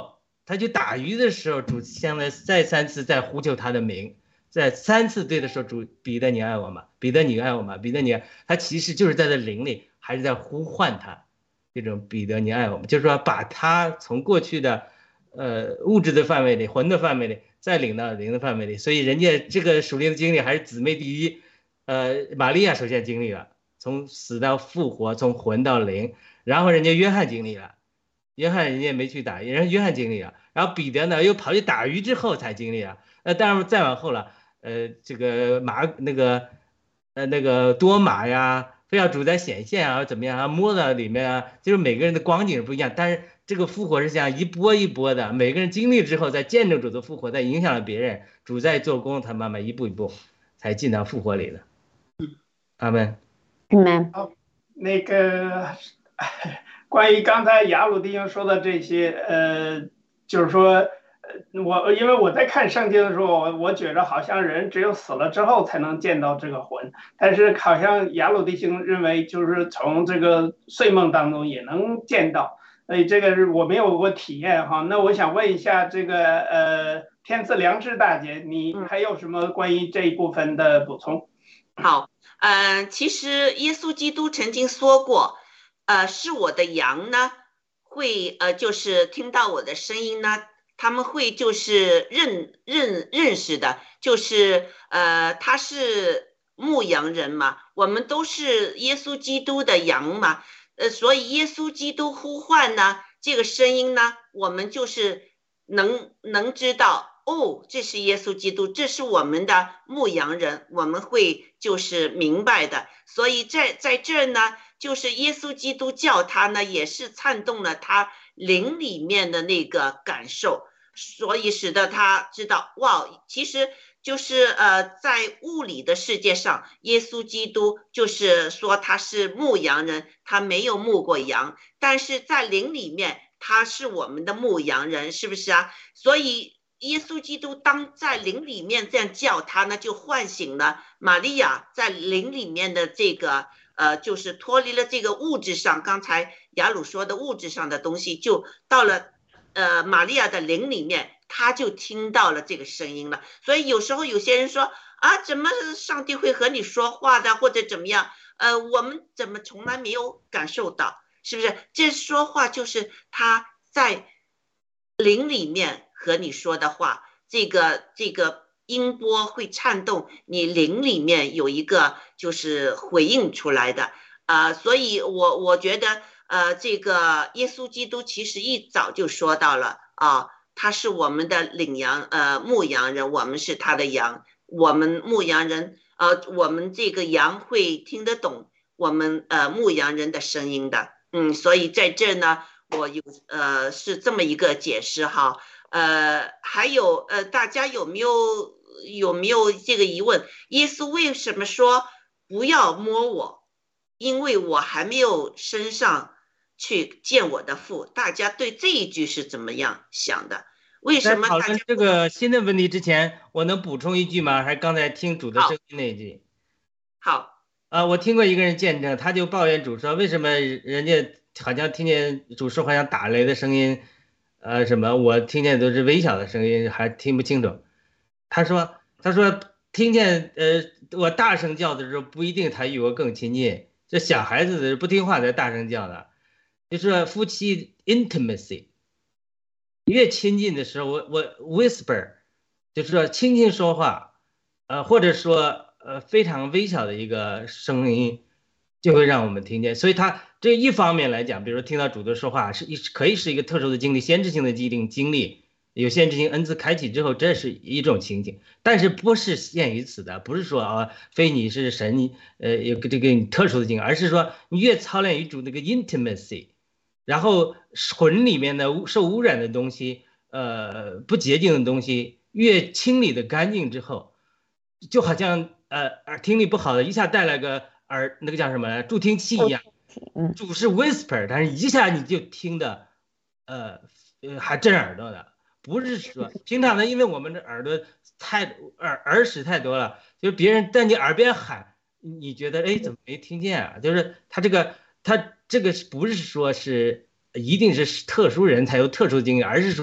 他去打鱼的时候，主向来再3次在呼求他的名，在3次对的时候，主彼得你爱我吗？彼得你爱我吗？彼得你爱，他其实就是在这灵里还是在呼唤他，这种彼得你爱我吗？就是说把他从过去的物质的范围里、魂的范围里，再领到灵的范围里。所以人家这个属灵的经历还是姊妹第一，玛利亚首先经历了从死到复活，从魂到灵，然后人家约翰经历了。约翰人家没去打鱼，人家约翰经历了，然后彼得呢又跑去打鱼之后才经历了。当然再往后了，这个那个多马呀，非要主宰显现啊，怎么样啊，摸到里面啊，就是每个人的光景是不一样。但是这个复活是像一波一波的，每个人经历之后，再见证主的复活，再影响了别人，主在做工，他慢慢一步一步才进到复活里了。阿门。 阿门。 好，那个。关于刚才雅鲁弟兄说的这些，就是说，因为我在看圣经的时候，我觉得好像人只有死了之后才能见到这个魂，但是好像雅鲁弟兄认为就是从这个睡梦当中也能见到，所以这个是我没有过体验哈。那我想问一下这个天赐良知大姐，你还有什么关于这一部分的补充？ 好，其实耶稣基督曾经说过。是我的羊呢，会就是听到我的声音呢，他们会就是认识的，就是他是牧羊人嘛，我们都是耶稣基督的羊嘛，所以耶稣基督呼唤呢，这个声音呢，我们就是能知道。哦，这是耶稣基督，这是我们的牧羊人，我们会就是明白的。所以在这儿呢，就是耶稣基督叫他呢，也是颤动了他灵里面的那个感受，所以使得他知道，哇，其实就是在物理的世界上，耶稣基督就是说他是牧羊人，他没有牧过羊，但是在灵里面他是我们的牧羊人，是不是啊？所以耶稣基督当在灵里面这样叫他呢，就唤醒了玛利亚在灵里面的这个就是脱离了这个物质上，刚才雅鲁说的物质上的东西，就到了玛利亚的灵里面，他就听到了这个声音了。所以有时候有些人说啊，怎么上帝会和你说话的，或者怎么样？我们怎么从来没有感受到？是不是？这说话就是他在灵里面和你说的话，这个音波会颤动，你灵里面有一个就是回应出来的所以我觉得这个耶稣基督其实一早就说到了他是我们的牧羊人，我们是他的羊，我们牧羊人我们这个羊会听得懂我们牧羊人的声音的。所以在这呢，我有是这么一个解释哈。还有大家有没有这个疑问？耶稣为什么说不要摸我？因为我还没有升上去见我的父。大家对这一句是怎么样想的？为什么？在讨论这个新的问题之前，我能补充一句吗？还是刚才听主的声音那一句？ 好。 我听过一个人见证，他就抱怨主说，为什么人家好像听见主说好像打雷的声音，什么我听见都是微小的声音，还听不清楚。他说听见我大声叫的时候，不一定他与我更亲近。这小孩子不听话才大声叫的，就是说夫妻 intimacy 越亲近的时候，我 whisper 就是说轻轻说话，或者说非常微小的一个声音，就会让我们听见。所以他这一方面来讲，比如说听到主的说话，可以是一个特殊的经历，先知性的经历，有先知性恩赐开启之后，这是一种情景，但是不是限于此的，不是说非你是神，有这个特殊的经历，而是说你越操练与主那个 intimacy， 然后魂里面的受污染的东西，不洁净的东西越清理的干净之后，就好像耳听力不好的一下带来个那个叫什么助听器一样，主是 whisper， 但是一下你就听的还震耳朵的。不是说平常的，因为我们的耳朵耳屎太多了，就是别人在你耳边喊，你觉得怎么没听见啊？就是他这个不是说是一定是特殊人才有特殊经历，而是说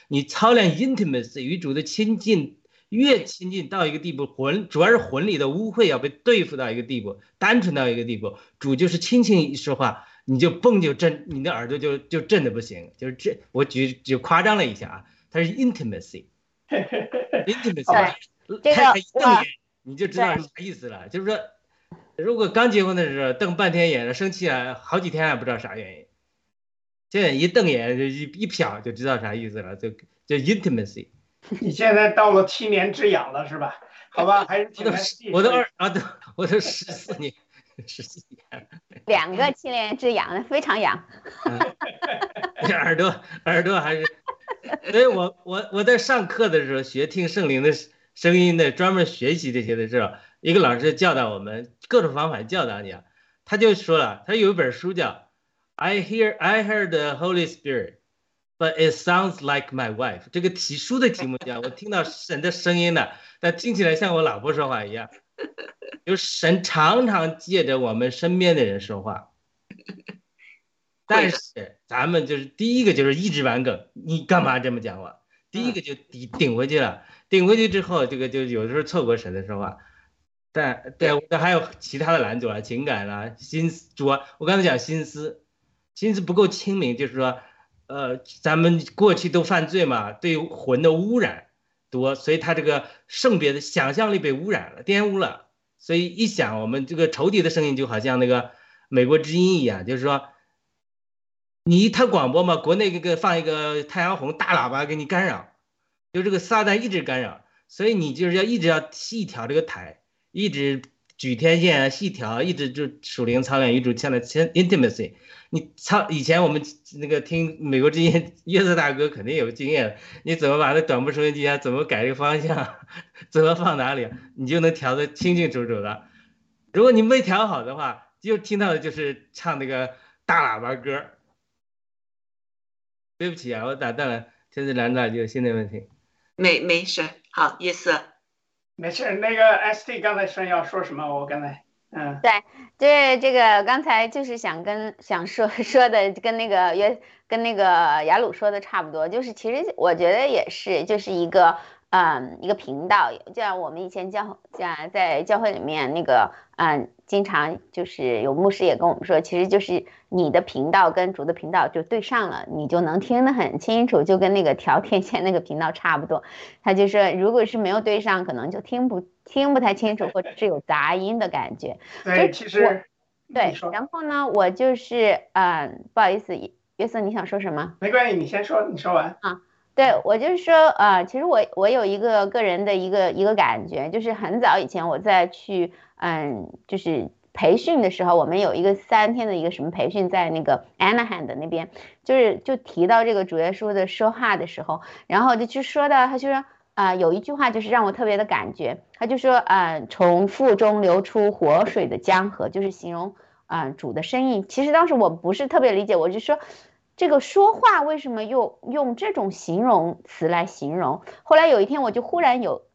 你操练 intimacy 与主的亲近，越亲近到一个地步，主要是魂里的污秽要被对付到一个地步，单纯到一个地步，主就是轻轻一说话，你就蹦就震，你的耳朵就震的不行，就是这我就夸张了一下啊，它是 intimacy， 他一瞪眼你就知道是啥意思了，就是说，如果刚结婚的时候瞪半天眼，生气了好几天还不知道啥原因，现在一瞪眼就一瞟就知道啥意思了，就 intimacy。 你现在到了7年之痒了是吧？好吧，还是我都14年，14年 ，2个7年之痒，非常痒。 这耳朵还是，所以我在上课的时候学听圣灵的声音的，专门学习这些的时候，一个老师教导我们各种方法教导你啊，他就说了，他有一本书叫 I heard the Holy Spirit。But it sounds like my wife。这个书的题目叫我听到神的声音了，但听起来像我老婆说话一样。就是神常常借着我们身边的人说话，但是咱们就是第一个就是一直玩梗，你干嘛这么讲话？第一个就顶回去了，顶回去之后，这个就有的时候错过神的说话。但还有其他的拦阻啊，情感啦、心思，主要我刚才讲心思不够清明，就是说。咱们过去都犯罪嘛，对魂的污染多，所以他这个圣别的想象力被污染了、玷污了，所以一想我们这个仇敌的声音就好像那个美国之音一样，就是说他广播嘛，国内放一个太阳红大喇叭给你干扰，就这个撒旦一直干扰，所以你就是一直要细调这个台，一直举天线啊，细调，一直就属灵操练与主像的 intimacy。以前我们那个听美国之音，约瑟大哥肯定有经验，你怎么把那短波收音机啊，怎么改这个方向，怎么放哪里，你就能调得清清楚楚的。如果你没调好的话，就听到的就是唱那个大喇叭歌。对不起啊，我打断了，现在难道就有新的问题？ 没事，好，约瑟。 没事，那个 ST 刚才要说什么？我刚才。 对，就是这个刚才就是想说的跟那个雅鲁说的差不多，就是其实我觉得也是，就是一个频道，就像我们以前在教会里面那个经常就是有牧师也跟我们说，其实就是你的频道跟主的频道就对上了，你就能听得很清楚，就跟那个调天线那个频道差不多。他就说，如果是没有对上，可能就听不太清楚，或者是有杂音的感觉。 对，其实对。然后呢，我就是不好意思，约瑟，你想说什么？ 没关系，你先说，你说完啊。对，我就是说，其实我有一个个人的一个感觉，就是很早以前我在去就是培训的时候，我们有一个3天的一个什么培训，在那个 Anaheim 的那边，就提到这个主耶稣的说话的时候，然后就去说到，他就说有一句话就是让我特别的感觉，他就说从腹中流出活水的江河，就是形容主的声音。其实当时我不是特别理解，我就说。这个说话为什么用这种形容词来形容？后来有一天我就忽然有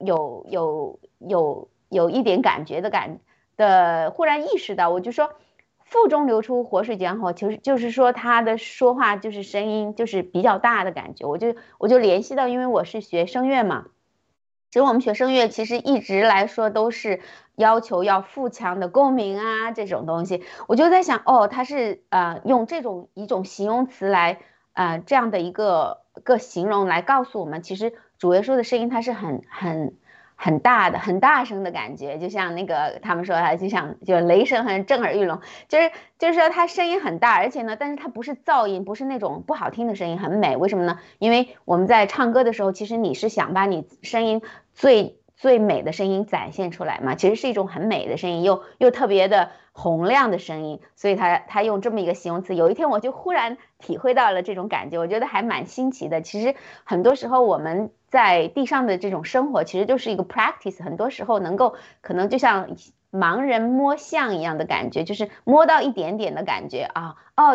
一点感觉忽然意识到，我就说腹中流出活水江河，就是说他的说话就是声音就是比较大的感觉，我就联系到，因为我是学声乐嘛。其实我们学声乐其实一直来说都是要求要腹腔的共鸣啊这种东西，我就在想他是用一种形容词来这样的一个形容来告诉我们，其实主耶稣的声音它是很大的很大声的感觉，就像那个他们说就雷声很震耳欲聋，就是说他声音很大，而且呢但是它不是噪音，不是那种不好听的声音，很美。为什么呢？因为我们在唱歌的时候，其实你是想把你声音最美的声音展现出来嘛，其实是一种很美的声音，又特别的洪亮的声音，所以他用这么一个形容词。有一天我就忽然体会到了这种感觉，我觉得还蛮新奇的。其实很多时候我们在地上的这种生活其实就是一个 practice， 很多时候可能就像盲人摸象一样的感觉，就是摸到一点点的感觉你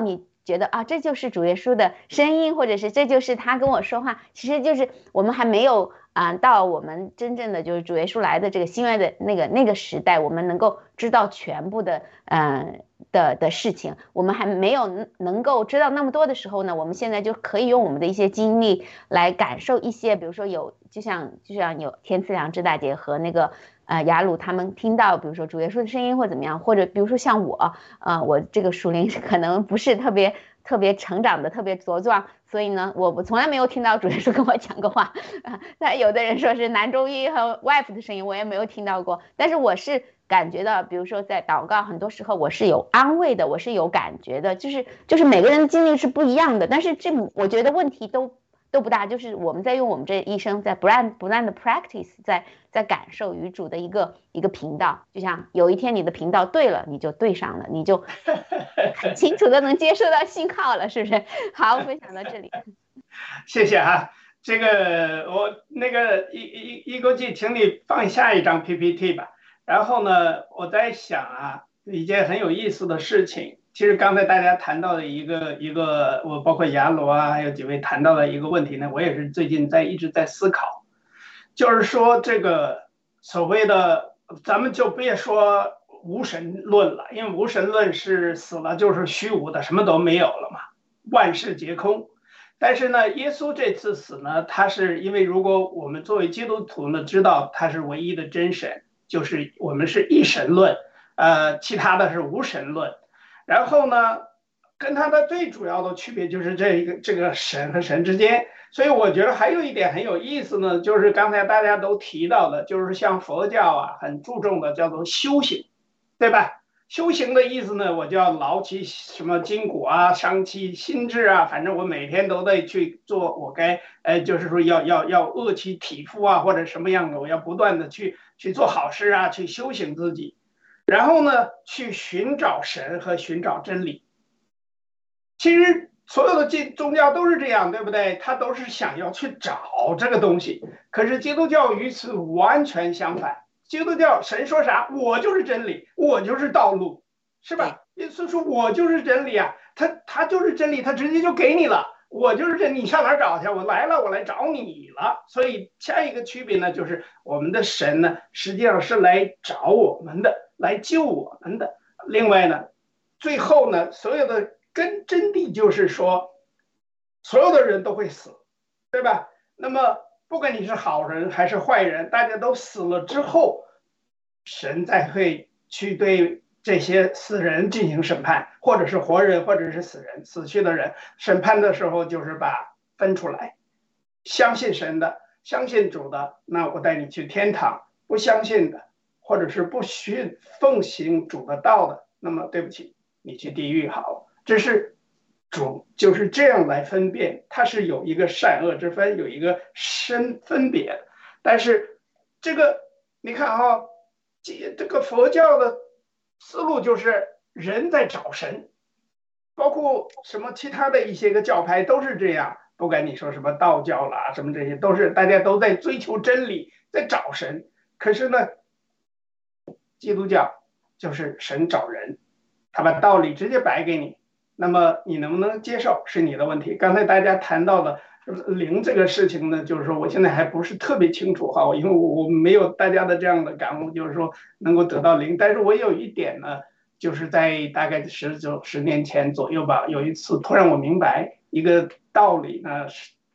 觉得啊，这就是主耶稣的声音，或者是这就是他跟我说话，其实就是我们还没有到我们真正的就是主耶稣来的这个新约的那个时代，我们能够知道全部的的事情，我们还没有能够知道那么多的时候呢，我们现在就可以用我们的一些经历来感受一些，比如说就像有天赐良知大姐和那个雅鲁他们听到，比如说主耶稣的声音或怎么样，或者比如说像我这个属灵可能不是特别成长的特别茁壮，所以呢我从来没有听到主耶稣跟我讲过话但有的人说是男中医和 wife 的声音，我也没有听到过，但是我是感觉到，比如说在祷告很多时候我是有安慰的，我是有感觉的，就是每个人的经历是不一样的，但是我觉得问题都不大，就是我们在用我们这一生在不断的 practice， 在感受与主的一个频道，就像有一天你的频道对了，你就对上了，你就很清楚的能接收到信号了，是不是？好，分享到这里。 谢谢哈，这个我那个一国际，请你放下一张 PPT 吧。然后呢，我在想一件很有意思的事情。其实刚才大家谈到的一个，我包括雅罗还有几位谈到的一个问题呢，我也是最近一直在思考，就是说这个所谓的，咱们就别说无神论了，因为无神论是死了就是虚无的，什么都没有了嘛，万事皆空。但是呢，耶稣这次死呢，他是因为如果我们作为基督徒呢，知道他是唯一的真神，就是我们是一神论，其他的是无神论。然后呢，跟它的最主要的区别就是这个神和神之间。所以我觉得还有一点很有意思呢，就是刚才大家都提到的，就是像佛教很注重的叫做修行，对吧？修行的意思呢，我就要劳其什么筋骨伤其心志反正我每天都得去做我该就是说要饿其体肤或者什么样的，我要不断的去做好事去修行自己。然后呢，去寻找神和寻找真理。其实所有的宗教都是这样，对不对？他都是想要去找这个东西。可是基督教与此完全相反。基督教神说啥？我就是真理，我就是道路，是吧？耶稣说我就是真理他就是真理，他直接就给你了。我就是真理，你上哪儿找去？我来了，我来找你了。所以下一个区别呢，就是我们的神呢，实际上是来找我们的，来救我们的。另外呢，最后呢，所有的真谛就是说，所有的人都会死，对吧？那么不管你是好人还是坏人，大家都死了之后，神才会去对这些死人进行审判，或者是活人，或者是死去的人。审判的时候就是分出来，相信神的，相信主的，那我带你去天堂；不相信的，或者是不奉行主的道的，那么对不起，你去地狱好了。这是主就是这样来分辨，它是有一个善恶之分，有一个分别的。但是这个你看这个佛教的思路就是人在找神，包括什么其他的一些个教派都是这样，不管你说什么道教啦，什么这些都是大家都在追求真理，在找神。可是呢，基督教就是神找人，他把道理直接摆给你，那么你能不能接受是你的问题。刚才大家谈到了灵这个事情呢，就是说我现在还不是特别清楚因为我没有大家的这样的感悟，就是说能够得到灵。但是我有一点呢，就是在大概10年前左右吧，有一次突然我明白一个道理呢，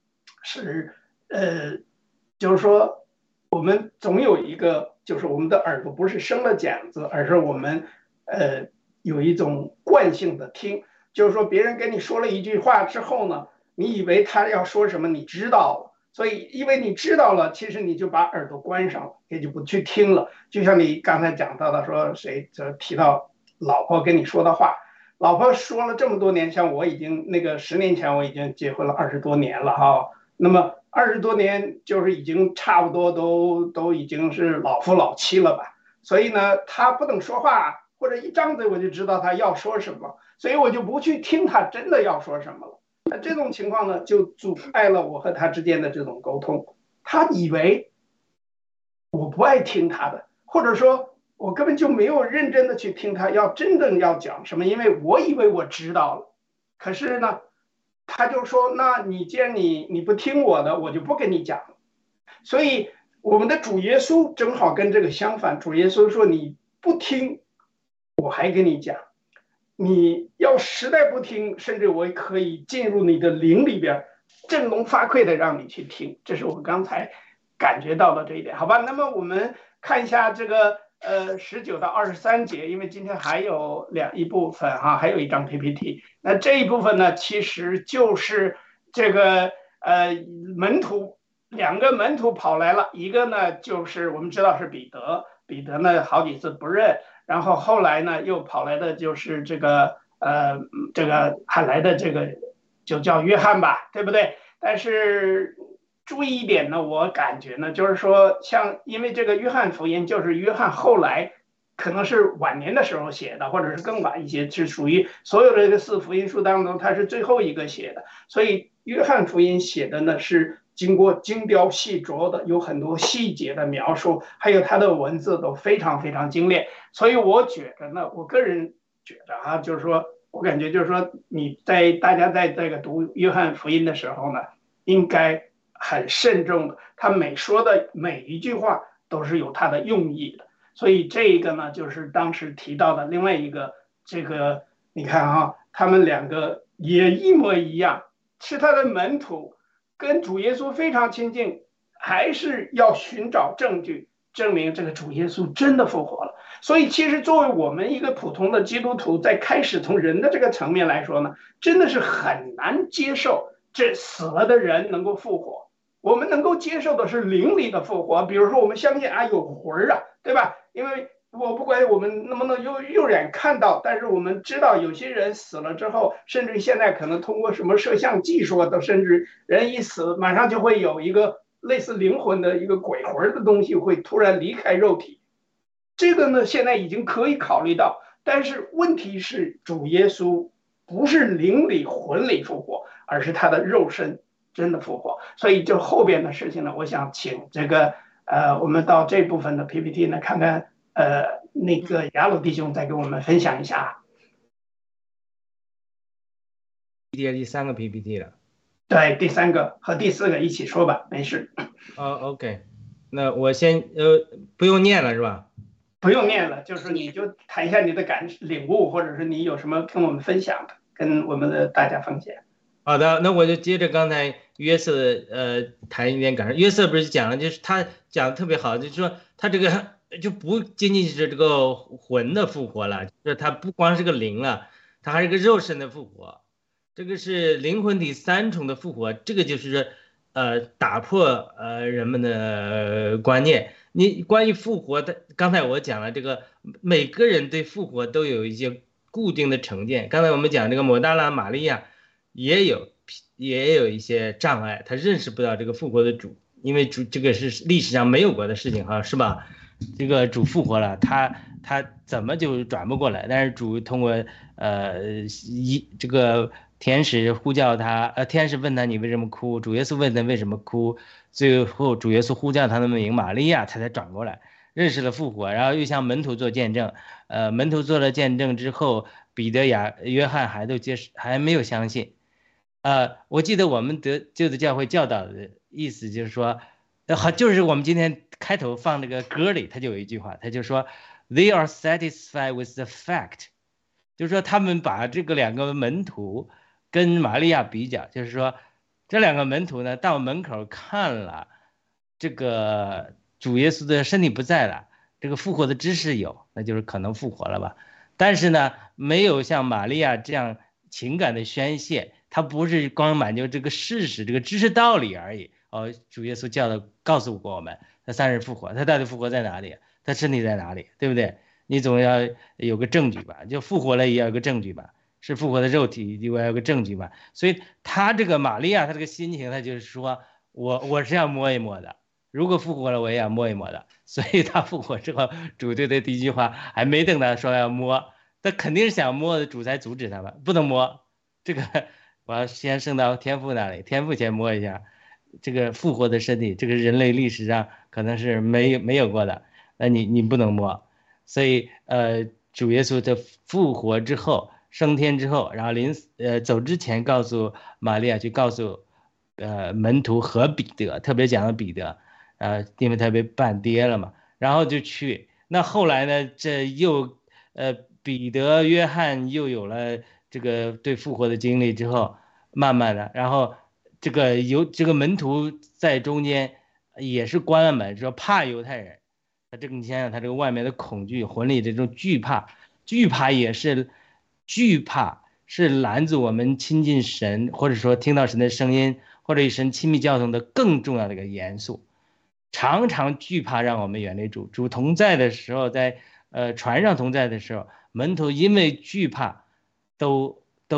就是说我们总有一个，就是我们的耳朵不是生了茧子，而是我们有一种惯性的听，就是说别人跟你说了一句话之后呢，你以为他要说什么，你知道了，所以因为你知道了，其实你就把耳朵关上了，也就不去听了。就像你刚才讲到的，说谁就提到老婆跟你说的话，老婆说了这么多年，像我已经10年前我已经结婚了20多年了那么20多年就是已经差不多都已经是老夫老妻了吧，所以呢，他不能说话，或者一张嘴我就知道他要说什么，所以我就不去听他真的要说什么了。那这种情况呢，就阻碍了我和他之间的这种沟通。他以为我不爱听他的，或者说我根本就没有认真的去听他真正要讲什么，因为我以为我知道了。 可是呢，他就说，那你既然你不听我的，我就不跟你讲了。所以我们的主耶稣正好跟这个相反，主耶稣说你不听，我还跟你讲，你要实在不听，甚至我可以进入你的灵里边，振聋发聩的让你去听。这是我刚才感觉到的这一点，好吧？那么我们看一下这个19到23节，因为今天还有一部分哈，还有一张 PPT。那这一部分呢，其实就是这个门徒2个门徒跑来了，一个呢就是我们知道是彼得，彼得呢好几次不认，然后后来呢又跑来的就是这个喊来的这个就叫约翰吧，对不对？但是注意一点呢，我感觉呢，就是说因为这个约翰福音就是约翰后来可能是晚年的时候写的，或者是更晚一些，是属于所有的这个4福音书当中，他是最后一个写的，所以约翰福音写的呢是经过精雕细琢的，有很多细节的描述，还有他的文字都非常非常精炼。所以我觉得呢，我个人觉得啊，就是说我感觉就是说大家在这个读约翰福音的时候呢，应该很慎重的，他说的每一句话都是有他的用意的。所以这个呢，就是当时提到的另外一个这个，你看啊，他们2个也一模一样，是他的门徒，跟主耶稣非常亲近，还是要寻找证据证明这个主耶稣真的复活了。所以其实作为我们一个普通的基督徒，在开始从人的这个层面来说呢，真的是很难接受这死了的人能够复活。我们能够接受的是灵里的复活，比如说我们相信啊有魂啊，对吧？因为我不管我们能不能肉眼看到，但是我们知道有些人死了之后，甚至现在可能通过什么摄像技术都甚至人一死马上就会有一个类似灵魂的一个鬼魂的东西会突然离开肉体。这个呢现在已经可以考虑到，但是问题是主耶稣不是灵里魂里复活，而是他的肉身真的复活。所以就后边的事情呢，我想请这个我们到这部分的 PPT 呢，看看那个雅鲁弟兄再给我们分享一下。 第3个 PPT 了。 对，第3个和第4个一起说吧，没事。 OK， 那我先不用念了是吧？ 不用念了，就是你就谈一下你的领悟，或者是你有什么跟我们分享的，跟我们的大家分享。 好的，那我就接着刚才约瑟谈一点感受。约瑟不是讲了，就是他讲的特别好，就是说他这个就不仅仅是这个魂的复活了，就是他不光是个灵了，他还是个肉身的复活。这个是灵魂体3重的复活，这个就是打破人们的观念。你关于复活的，刚才我讲了，这个每个人对复活都有一些固定的成见。刚才我们讲这个抹大拉玛利亚也有一些障碍，他认识不到这个复活的主，因为主这个是历史上没有过的事情哈，是吧？这个主复活了，他怎么就转不过来？但是主通过这个天使呼叫他，天使问他你为什么哭？主耶稣问他为什么哭？最后主耶稣呼叫他的名玛利亚，他才转过来，认识了复活，然后又向门徒做见证。门徒做了见证之后，彼得、约翰还没有相信。我记得我们旧的教会教导的意思就是说，就是我们今天开头放这个歌里，他就有一句话，他就说 ，They are satisfied with the fact， 就是说他们把这个2个门徒跟玛利亚比较，就是说这2个门徒呢到门口看了这个主耶稣的身体不在了，这个复活的知识有，那就是可能复活了吧。但是呢，没有像玛利亚这样情感的宣泄，他不是光满足这个事实、这个知识道理而已。主耶稣告诉过我们，他3日复活，他到底复活在哪里？他身体在哪里？对不对？你总要有个证据吧？就复活了也要有个证据吧？是复活的肉体，就要有个证据吧？所以他这个玛利亚，他这个心情，他就是说我是要摸一摸的，如果复活了，我也要摸一摸的。所以他复活之后，主对他第一句话还没等他说要摸，他肯定是想摸的，主才阻止他们，不能摸。这个我要先升到天父那里，天父先摸一下这个复活的身体，这个人类历史上可能是没有过的，那你不能摸。所以主耶稣的复活之后， 升天之后，然后走之前告诉玛利亚去告诉门徒和彼得，特别讲到彼得，因为他被半跌了嘛，然后就去。那后来呢，这又彼得、约翰又有了这个对复活的经历之后，慢慢的，然后这个门徒在中间也是关了门，说怕犹太人。你想想他这个外面的恐惧，魂里这种惧怕也是惧怕，是拦阻我们亲近神，或者说听到神的声音，或者与神亲密交通的更重要的一个元素。常常惧怕让我们远离主，主同在的时候，在船上同在的时候，门徒因为惧怕，都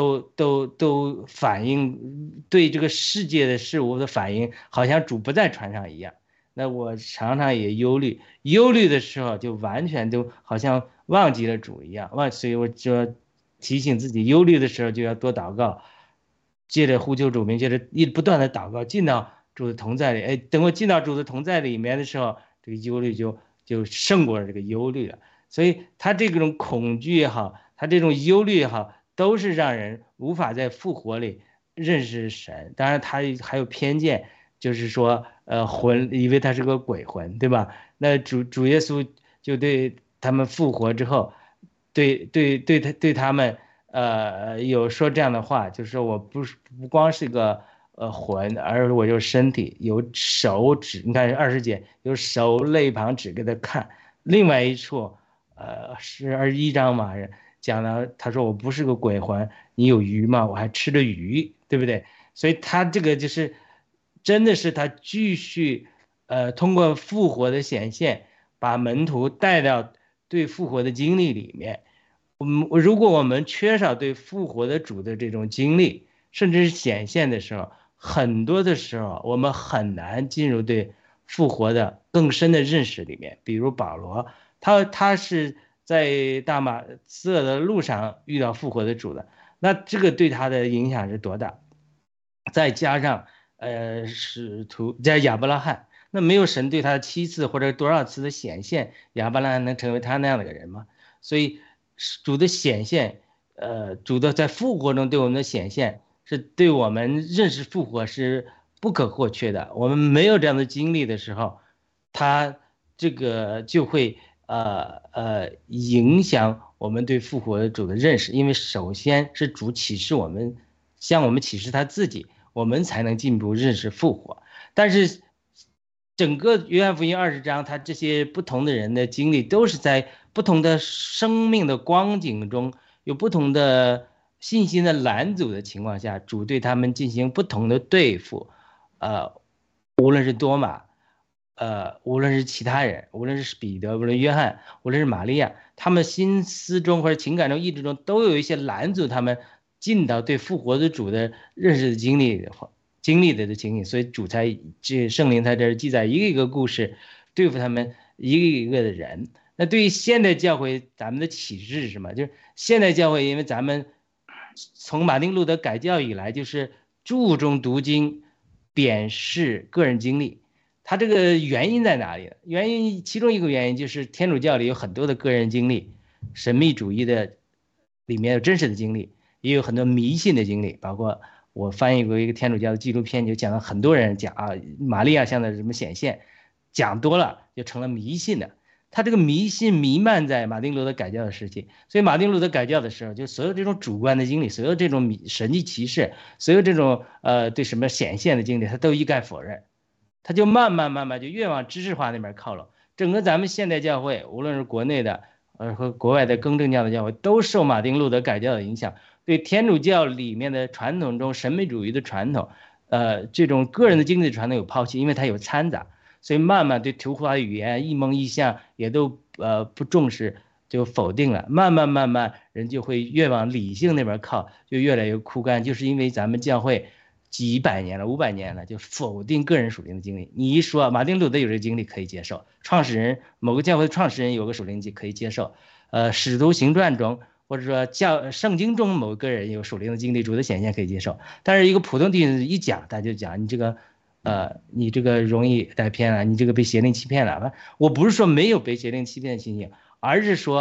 反应对这个世界的事物的反应，好像主不在船上一样。那我常常也忧虑的时候，就完全都好像忘记了主一样。所以我就提醒自己，忧虑的时候就要多祷告，接着呼求主名，接着不断的祷告，进到主的同在里。等我进到主的同在里面的时候，这个忧虑就胜过了这个忧虑了。所以他这种恐惧也好，他这种忧虑也好，都是让人无法在复活里认识神。当然他还有偏见，就是说魂以为他是个鬼魂，对吧？那主耶稣就对他们复活之后，对他们有说这样的话，就是说我不光是个魂，而我有身体，有手指。你看20节有手肋旁指给他看。另外一处是21章嘛，讲了他说我不是个鬼魂，你有鱼吗？我还吃着鱼，对不对？所以他这个就是真的是他继续通过复活的显现，把门徒带到对复活的经历里面。如果我们缺少对复活的主的这种经历，甚至是显现的时候，很多的时候我们很难进入对复活的更深的认识里面。比如保罗，他是在大马色的路上遇到复活的主的，那这个对他的影响是多大？再加上使徒在亚伯拉罕，那没有神对他7次或者多少次的显现，亚伯拉罕能成为他那样的一个人吗？所以主的显现，主的在复活中对我们的显现，是对我们认识复活是不可或缺的。我们没有这样的经历的时候，他这个就会影响我们对复活主的认识。因为首先是主启示我们，向我们启示他自己，我们才能进一步认识复活。但是整个约翰福音20章，他这些不同的人的经历，都是在不同的生命的光景中，有不同的信心的拦阻的情况下，主对他们进行不同的对付。无论是多马，无论是其他人，无论是彼得，无论约翰，无论是玛利亚，他们心思中或者情感中、意志中，都有一些拦阻他们进到对复活的主的认识的经历的经历。所以主才圣灵在这儿记载一个一个故事，对付他们一个一个的人。那对于现代教会，咱们的启示是什么？就是现代教会，因为咱们从马丁路德改教以来，就是注重读经，贬视个人经历。它这个原因在哪里？其中一个原因就是天主教里有很多的个人经历，神秘主义的里面有真实的经历，也有很多迷信的经历。包括我翻译过一个天主教的纪录片，就讲了很多人讲玛利亚像的什么显现，讲多了就成了迷信的。他这个迷信弥漫在马丁路德改教的时期，所以马丁路德改教的时候，就所有这种主观的经历，所有这种神迹奇事，所有这种对什么显现的经历，他都一概否认。他就慢慢就越往知识化那边靠拢。整个咱们现代教会，无论是国内的和国外的更正教的教会，都受马丁路德改教的影响，对天主教里面的传统中神秘主义的传统，这种个人的经历的传统有抛弃，因为它有掺杂。所以慢慢对图画语言、异梦异象也都不重视，就否定了。慢慢人就会越往理性那边靠，就越来越枯干。就是因为咱们教会几百年了、500年了，就否定个人属灵的经历。你一说马丁路德有这个经历可以接受，创始人某个教会的创始人有个属灵经历可以接受，使徒行传中或者说圣经中某个人有属灵的经历，主的显现可以接受。但是一个普通弟兄一讲，他就讲你这个容易带偏了，你这个被邪灵欺骗了。我不是说没有被邪灵欺骗的情形，而是说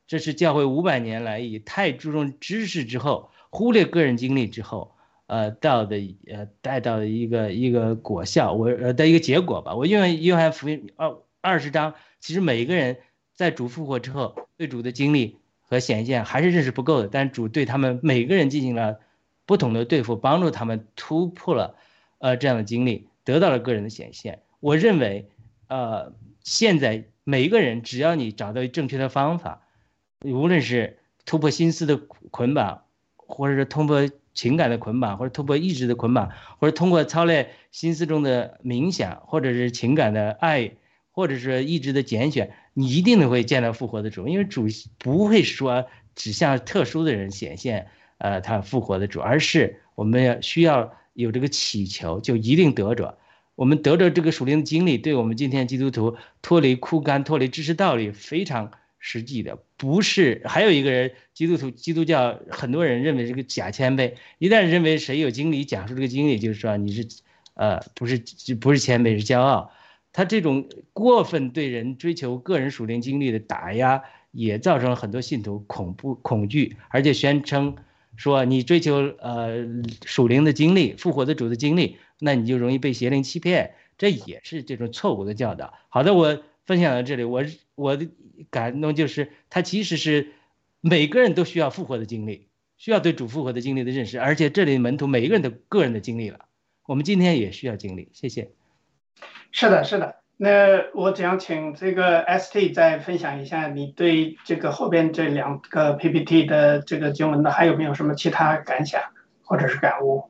这是教会500年来以太注重知识之后，忽略个人经历之后，带到的一个果效，的一个结果吧。我因为约翰福音20章，其实每一个人在主复活之后，对主的经历和显现还是认识不够的，但主对他们每个人进行了不同的对付，帮助他们突破了这样的经历，得到了个人的显现。我认为现在每一个人只要你找到正确的方法，无论是突破心思的捆绑，或者是突破情感的捆绑，或者突破意志的捆绑，或者通过操练心思中的冥想，或者是情感的爱，或者是意志的拣选，你一定会见到复活的主，因为主不会说只向特殊的人显现他复活的主，而是我们需要有这个祈求，就一定得着。我们得着这个属灵的经历，对我们今天基督徒脱离枯干、脱离知识道理非常实际的。不是还有一个人，基督教很多人认为是个假谦卑，一旦认为谁有经历讲述这个经历，就是说你是不是谦卑，是骄傲。他这种过分对人追求个人属灵经历的打压，也造成了很多信徒恐惧，而且宣称说你追求属灵的经历、复活的主的经历，那你就容易被邪灵欺骗，这也是这种错误的教导。好的，我分享到这里，我的感动就是，他其实是每个人都需要复活的经历，需要对主复活的经历的认识，而且这里门徒每一个人都个人的经历了，我们今天也需要经历。谢谢。 是的，是的。那我想请这个 ST 再分享一下，你对这个后边这2个 PPT 的这个经文的还有没有什么其他感想或者是感悟？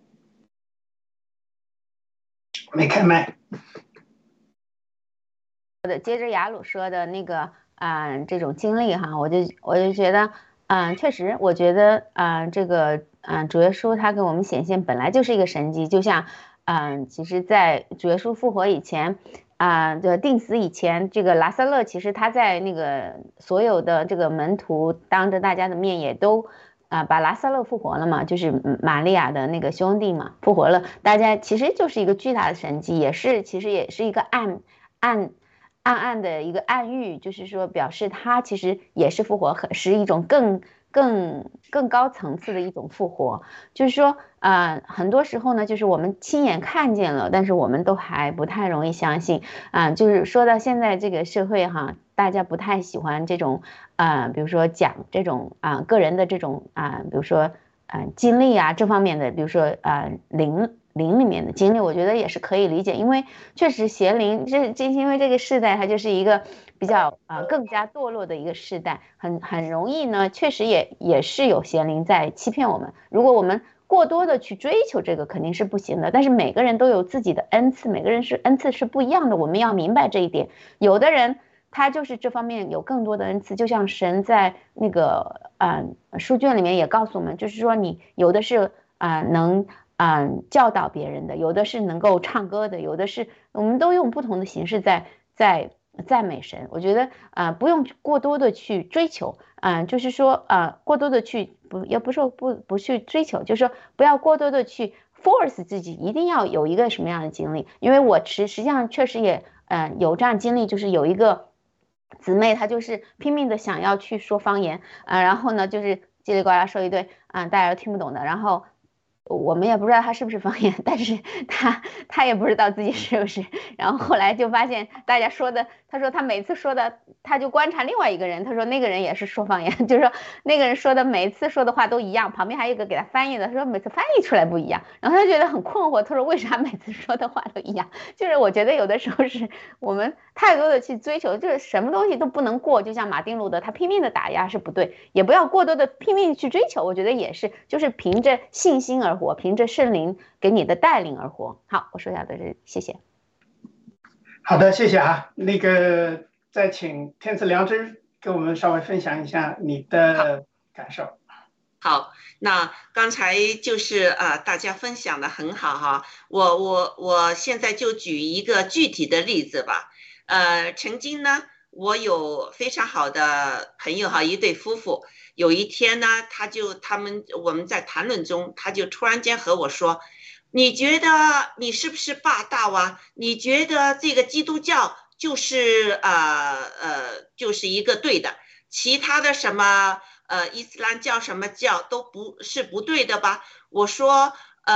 没开麦。 接着雅鲁说的那个这种经历哈，我就觉得确实，我觉得这个主耶稣他给我们显现本来就是一个神迹，就像其实在主耶稣复活以前定死以前，这个拉撒勒其实他在那个所有的这个门徒当着大家的面也都把拉撒勒复活了嘛，就是玛利亚的那个兄弟嘛复活了，大家其实就是一个巨大的神迹，其实也是一个暗的一个暗喻，就是说表示他其实也是复活，是一种更高层次的一种复活。就是说很多时候呢，就是我们亲眼看见了，但是我们都还不太容易相信就是说到现在这个社会哈，大家不太喜欢这种比如说讲这种个人的这种比如说经历这方面的，比如说灵里面的经历，我觉得也是可以理解，因为确实邪灵因为这个世代它就是一个比较更加堕落的一个世代，很容易呢，确实也是有邪灵在欺骗我们。如果我们过多的去追求这个肯定是不行的，但是每个人都有自己的恩赐，每个人恩赐是不一样的，我们要明白这一点。有的人他就是这方面有更多的恩赐，就像神在那个书卷里面也告诉我们，就是说你有的是能教导别人的，有的是能够唱歌的，有的是我们都用不同的形式在赞美神。我觉得不用过多的去追求就是说过多的去也不是说不去追求，就是说不要过多的去 force 自己一定要有一个什么样的经历。因为我实际上确实也有这样经历，就是有一个姊妹她就是拼命的想要去说方言然后呢就是叽里呱啦说一堆大家都听不懂的，然后我们也不知道他是不是方言，但是他也不知道自己是不是，然后后来就发现大家说的，他说他每次说的，他就观察另外一个人，他说那个人也是说方言，就是说那个人说的每次说的话都一样，旁边还有一个给他翻译的，他说每次翻译出来不一样，然后他觉得很困惑，他说为啥每次说的话都一样？就是我觉得有的时候是我们太多的去追求，就是什么东西都不能过，就像马丁路德他拼命的打压是不对，也不要过多的拼命去追求，我觉得也是，就是凭着信心而活，凭着圣灵给你的带领而活。好，我说一下到这里，谢谢。 好的，谢谢那个再请天赐良知给我们稍微分享一下你的感受。 好，那刚才就是大家分享的很好哈，我现在就举一个具体的例子吧。曾经呢，我有非常好的朋友一对夫妇。有一天呢，我们在谈论中，他就突然间和我说：“你觉得你是不是霸道啊？你觉得这个基督教就是就是一个对的？ 其他的什么伊斯兰教什么教都不是不对的吧？我说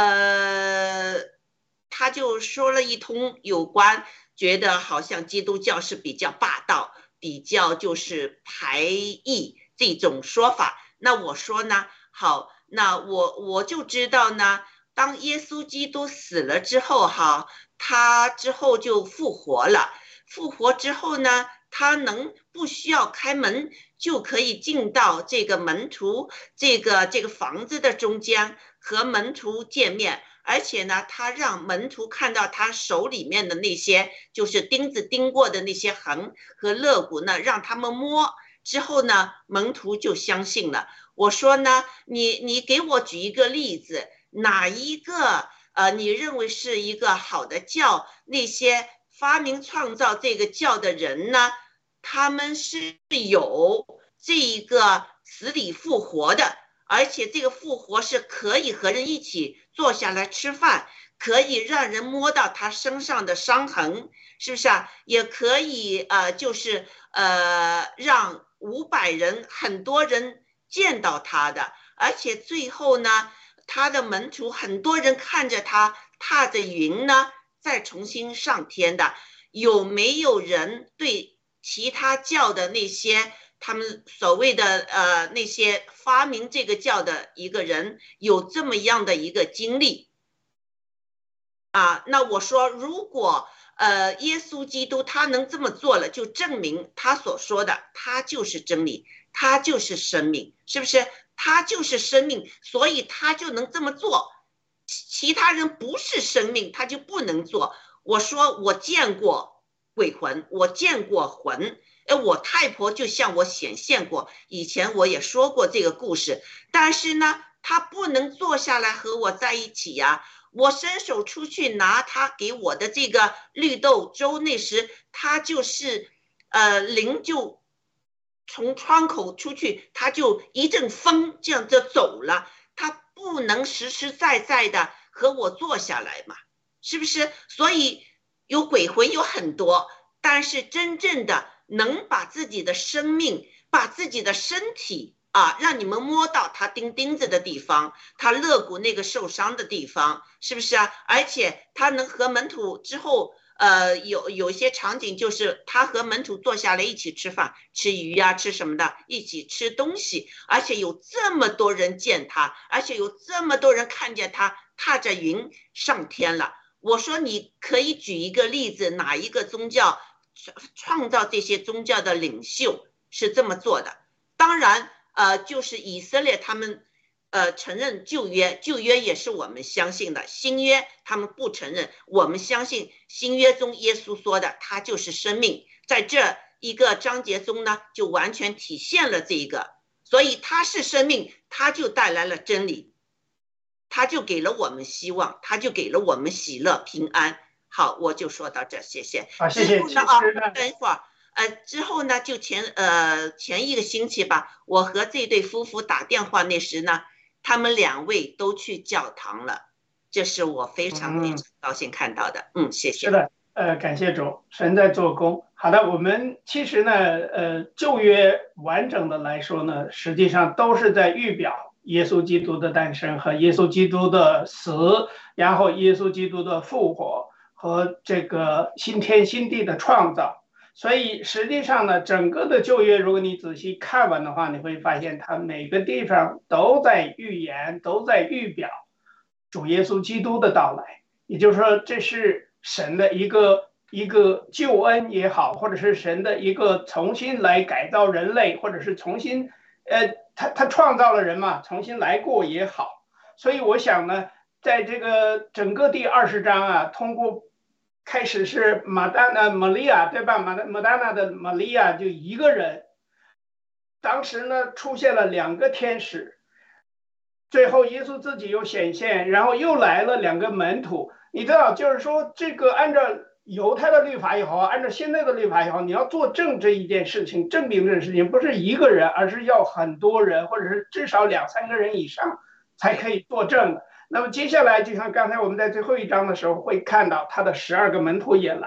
他就说了一通有关，觉得好像基督教是比较霸道，比较就是排异这种说法。那我说呢，好，那我就知道呢，当耶稣基督死了之后哈，他之后就复活了，复活之后呢，他不需要开门就可以进到这个门徒这个房子的中间和门徒见面，而且呢，他让门徒看到他手里面的那些就是钉子钉过的那些痕和肋骨呢，让他们摸，之后呢，门徒就相信了。我说呢，你给我举一个例子，哪一个你认为是一个好的教，那些发明创造这个教的人呢，他们是有这一个死里复活的，而且这个复活是可以和人一起坐下来吃饭，可以让人摸到他身上的伤痕，是不是啊？也可以就是让500人很多人见到他的，而且最后呢，他的门徒很多人看着他踏着云呢再重新上天的。有没有人对其他教的那些他们所谓的那些发明这个教的一个人有这么样的一个经历啊？那我说，如果耶稣基督他能这么做了，就证明他所说的他就是真理，他就是生命，是不是？他就是生命，所以他就能这么做。其他人不是生命，他就不能做。我说我见过鬼魂，我见过魂，我太婆就向我显现过，以前我也说过这个故事，但是呢，他不能坐下来和我在一起呀。我伸手出去拿他给我的这个绿豆粥，那时他就是灵就从窗口出去，他就一阵风这样就走了，他不能实实在在的和我坐下来嘛，是不是？所以有鬼魂有很多，但是真正的能把自己的生命，把自己的身体让你们摸到他钉子的地方，他肋骨那个受伤的地方，是不是啊？而且他能和门徒之后有一些场景，就是他和门徒坐下来一起吃饭，吃鱼啊，吃什么的，一起吃东西，而且有这么多人见他，而且有这么多人看见他踏着云上天了。我说你可以举一个例子，哪一个宗教创造这些宗教的领袖是这么做的？当然就是以色列他们承认旧约，旧约也是我们相信的，新约他们不承认，我们相信新约中耶稣说的他就是生命，在这一个章节中呢就完全体现了这个，所以他是生命，他就带来了真理，他就给了我们希望，他就给了我们喜乐平安。好，我就说到这，谢谢。 谢谢。 等一会儿之后呢，就前一个星期吧，我和这对夫妇打电话，那时呢，他们2位都去教堂了，这是我非常非常高兴看到的。谢谢。 是的，感谢主，神在做工。好的，我们其实呢，旧约完整的来说呢，实际上都是在预表耶稣基督的诞生和耶稣基督的死，然后耶稣基督的复活和这个新天新地的创造。所以实际上呢，整个的旧约，如果你仔细看完的话，你会发现它每个地方都在预言，都在预表主耶稣基督的到来。也就是说，这是神的一个救恩也好，或者是神的一个重新来改造人类，或者是重新他创造了人嘛，重新来过也好。所以我想呢，在这个整个第20章通过开始是玛利亚，对吧？玛达纳的玛利亚就一个人，当时呢出现了2个天使，最后耶稣自己又显现，然后又来了2个门徒。你知道，就是说这个按照犹太的律法也好，按照现在的律法也好，你要做证这一件事情，证明这件事情不是一个人，而是要很多人，或者是至少2-3个人以上才可以作证的。那么接下来就像刚才我们在最后一章的时候会看到，他的12个门徒也来了，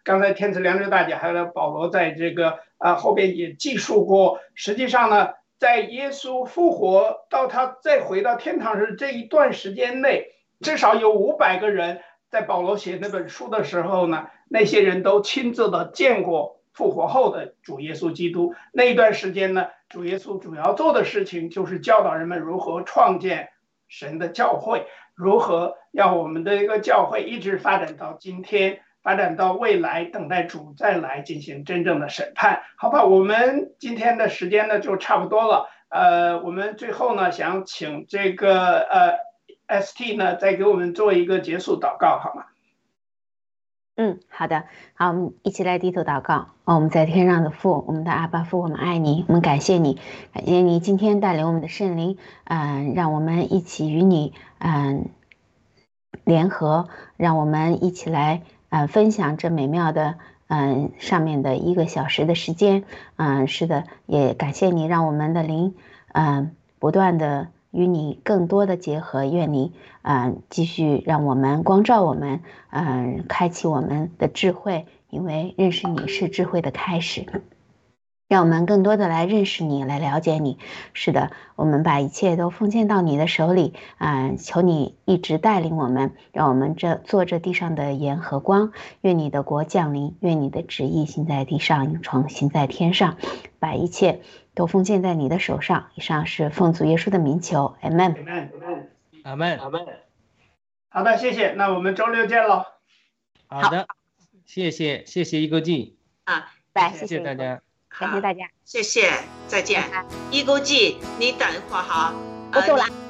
刚才天赐良知大姐还有保罗在这个后边也记述过，实际上呢，在耶稣复活到他再回到天堂时这一段时间内，至少有500个人在保罗写那本书的时候呢，那些人都亲自的见过复活后的主耶稣基督。那一段时间呢，主耶稣主要做的事情就是教导人们如何创建神的教会，如何让我们的一个教会一直发展到今天，发展到未来，等待主再来进行真正的审判。好吧，我们今天的时间呢就差不多了。我们最后呢想请这个ST 呢再给我们做一个结束祷告，好吗？ 好的，好，我们一起来低头祷告。我们在天上的父，我们的阿爸父，我们爱你，我们感谢你，感谢你今天带领我们的圣灵，让我们一起与你联合，让我们一起来分享这美妙的上面的1个小时的时间。是的，也感谢你让我们的灵不断的与你更多的结合，愿你继续让我们光照我们，开启我们的智慧，因为认识你是智慧的开始，让我们更多的来认识你，来了解你。是的，我们把一切都奉献到你的手里，求你一直带领我们，让我们做这地上的盐和光。愿你的国降临，愿你的旨意行在地上，重行在天上，把一切都奉献在你的手上。以上是奉主耶稣的名求，阿们。 阿们。 好的，谢谢。那我们周6见喽。 好的，谢谢一勾记谢谢大家， 感谢大家， 谢谢，再见。一勾记，你等一会儿哈， 我走了。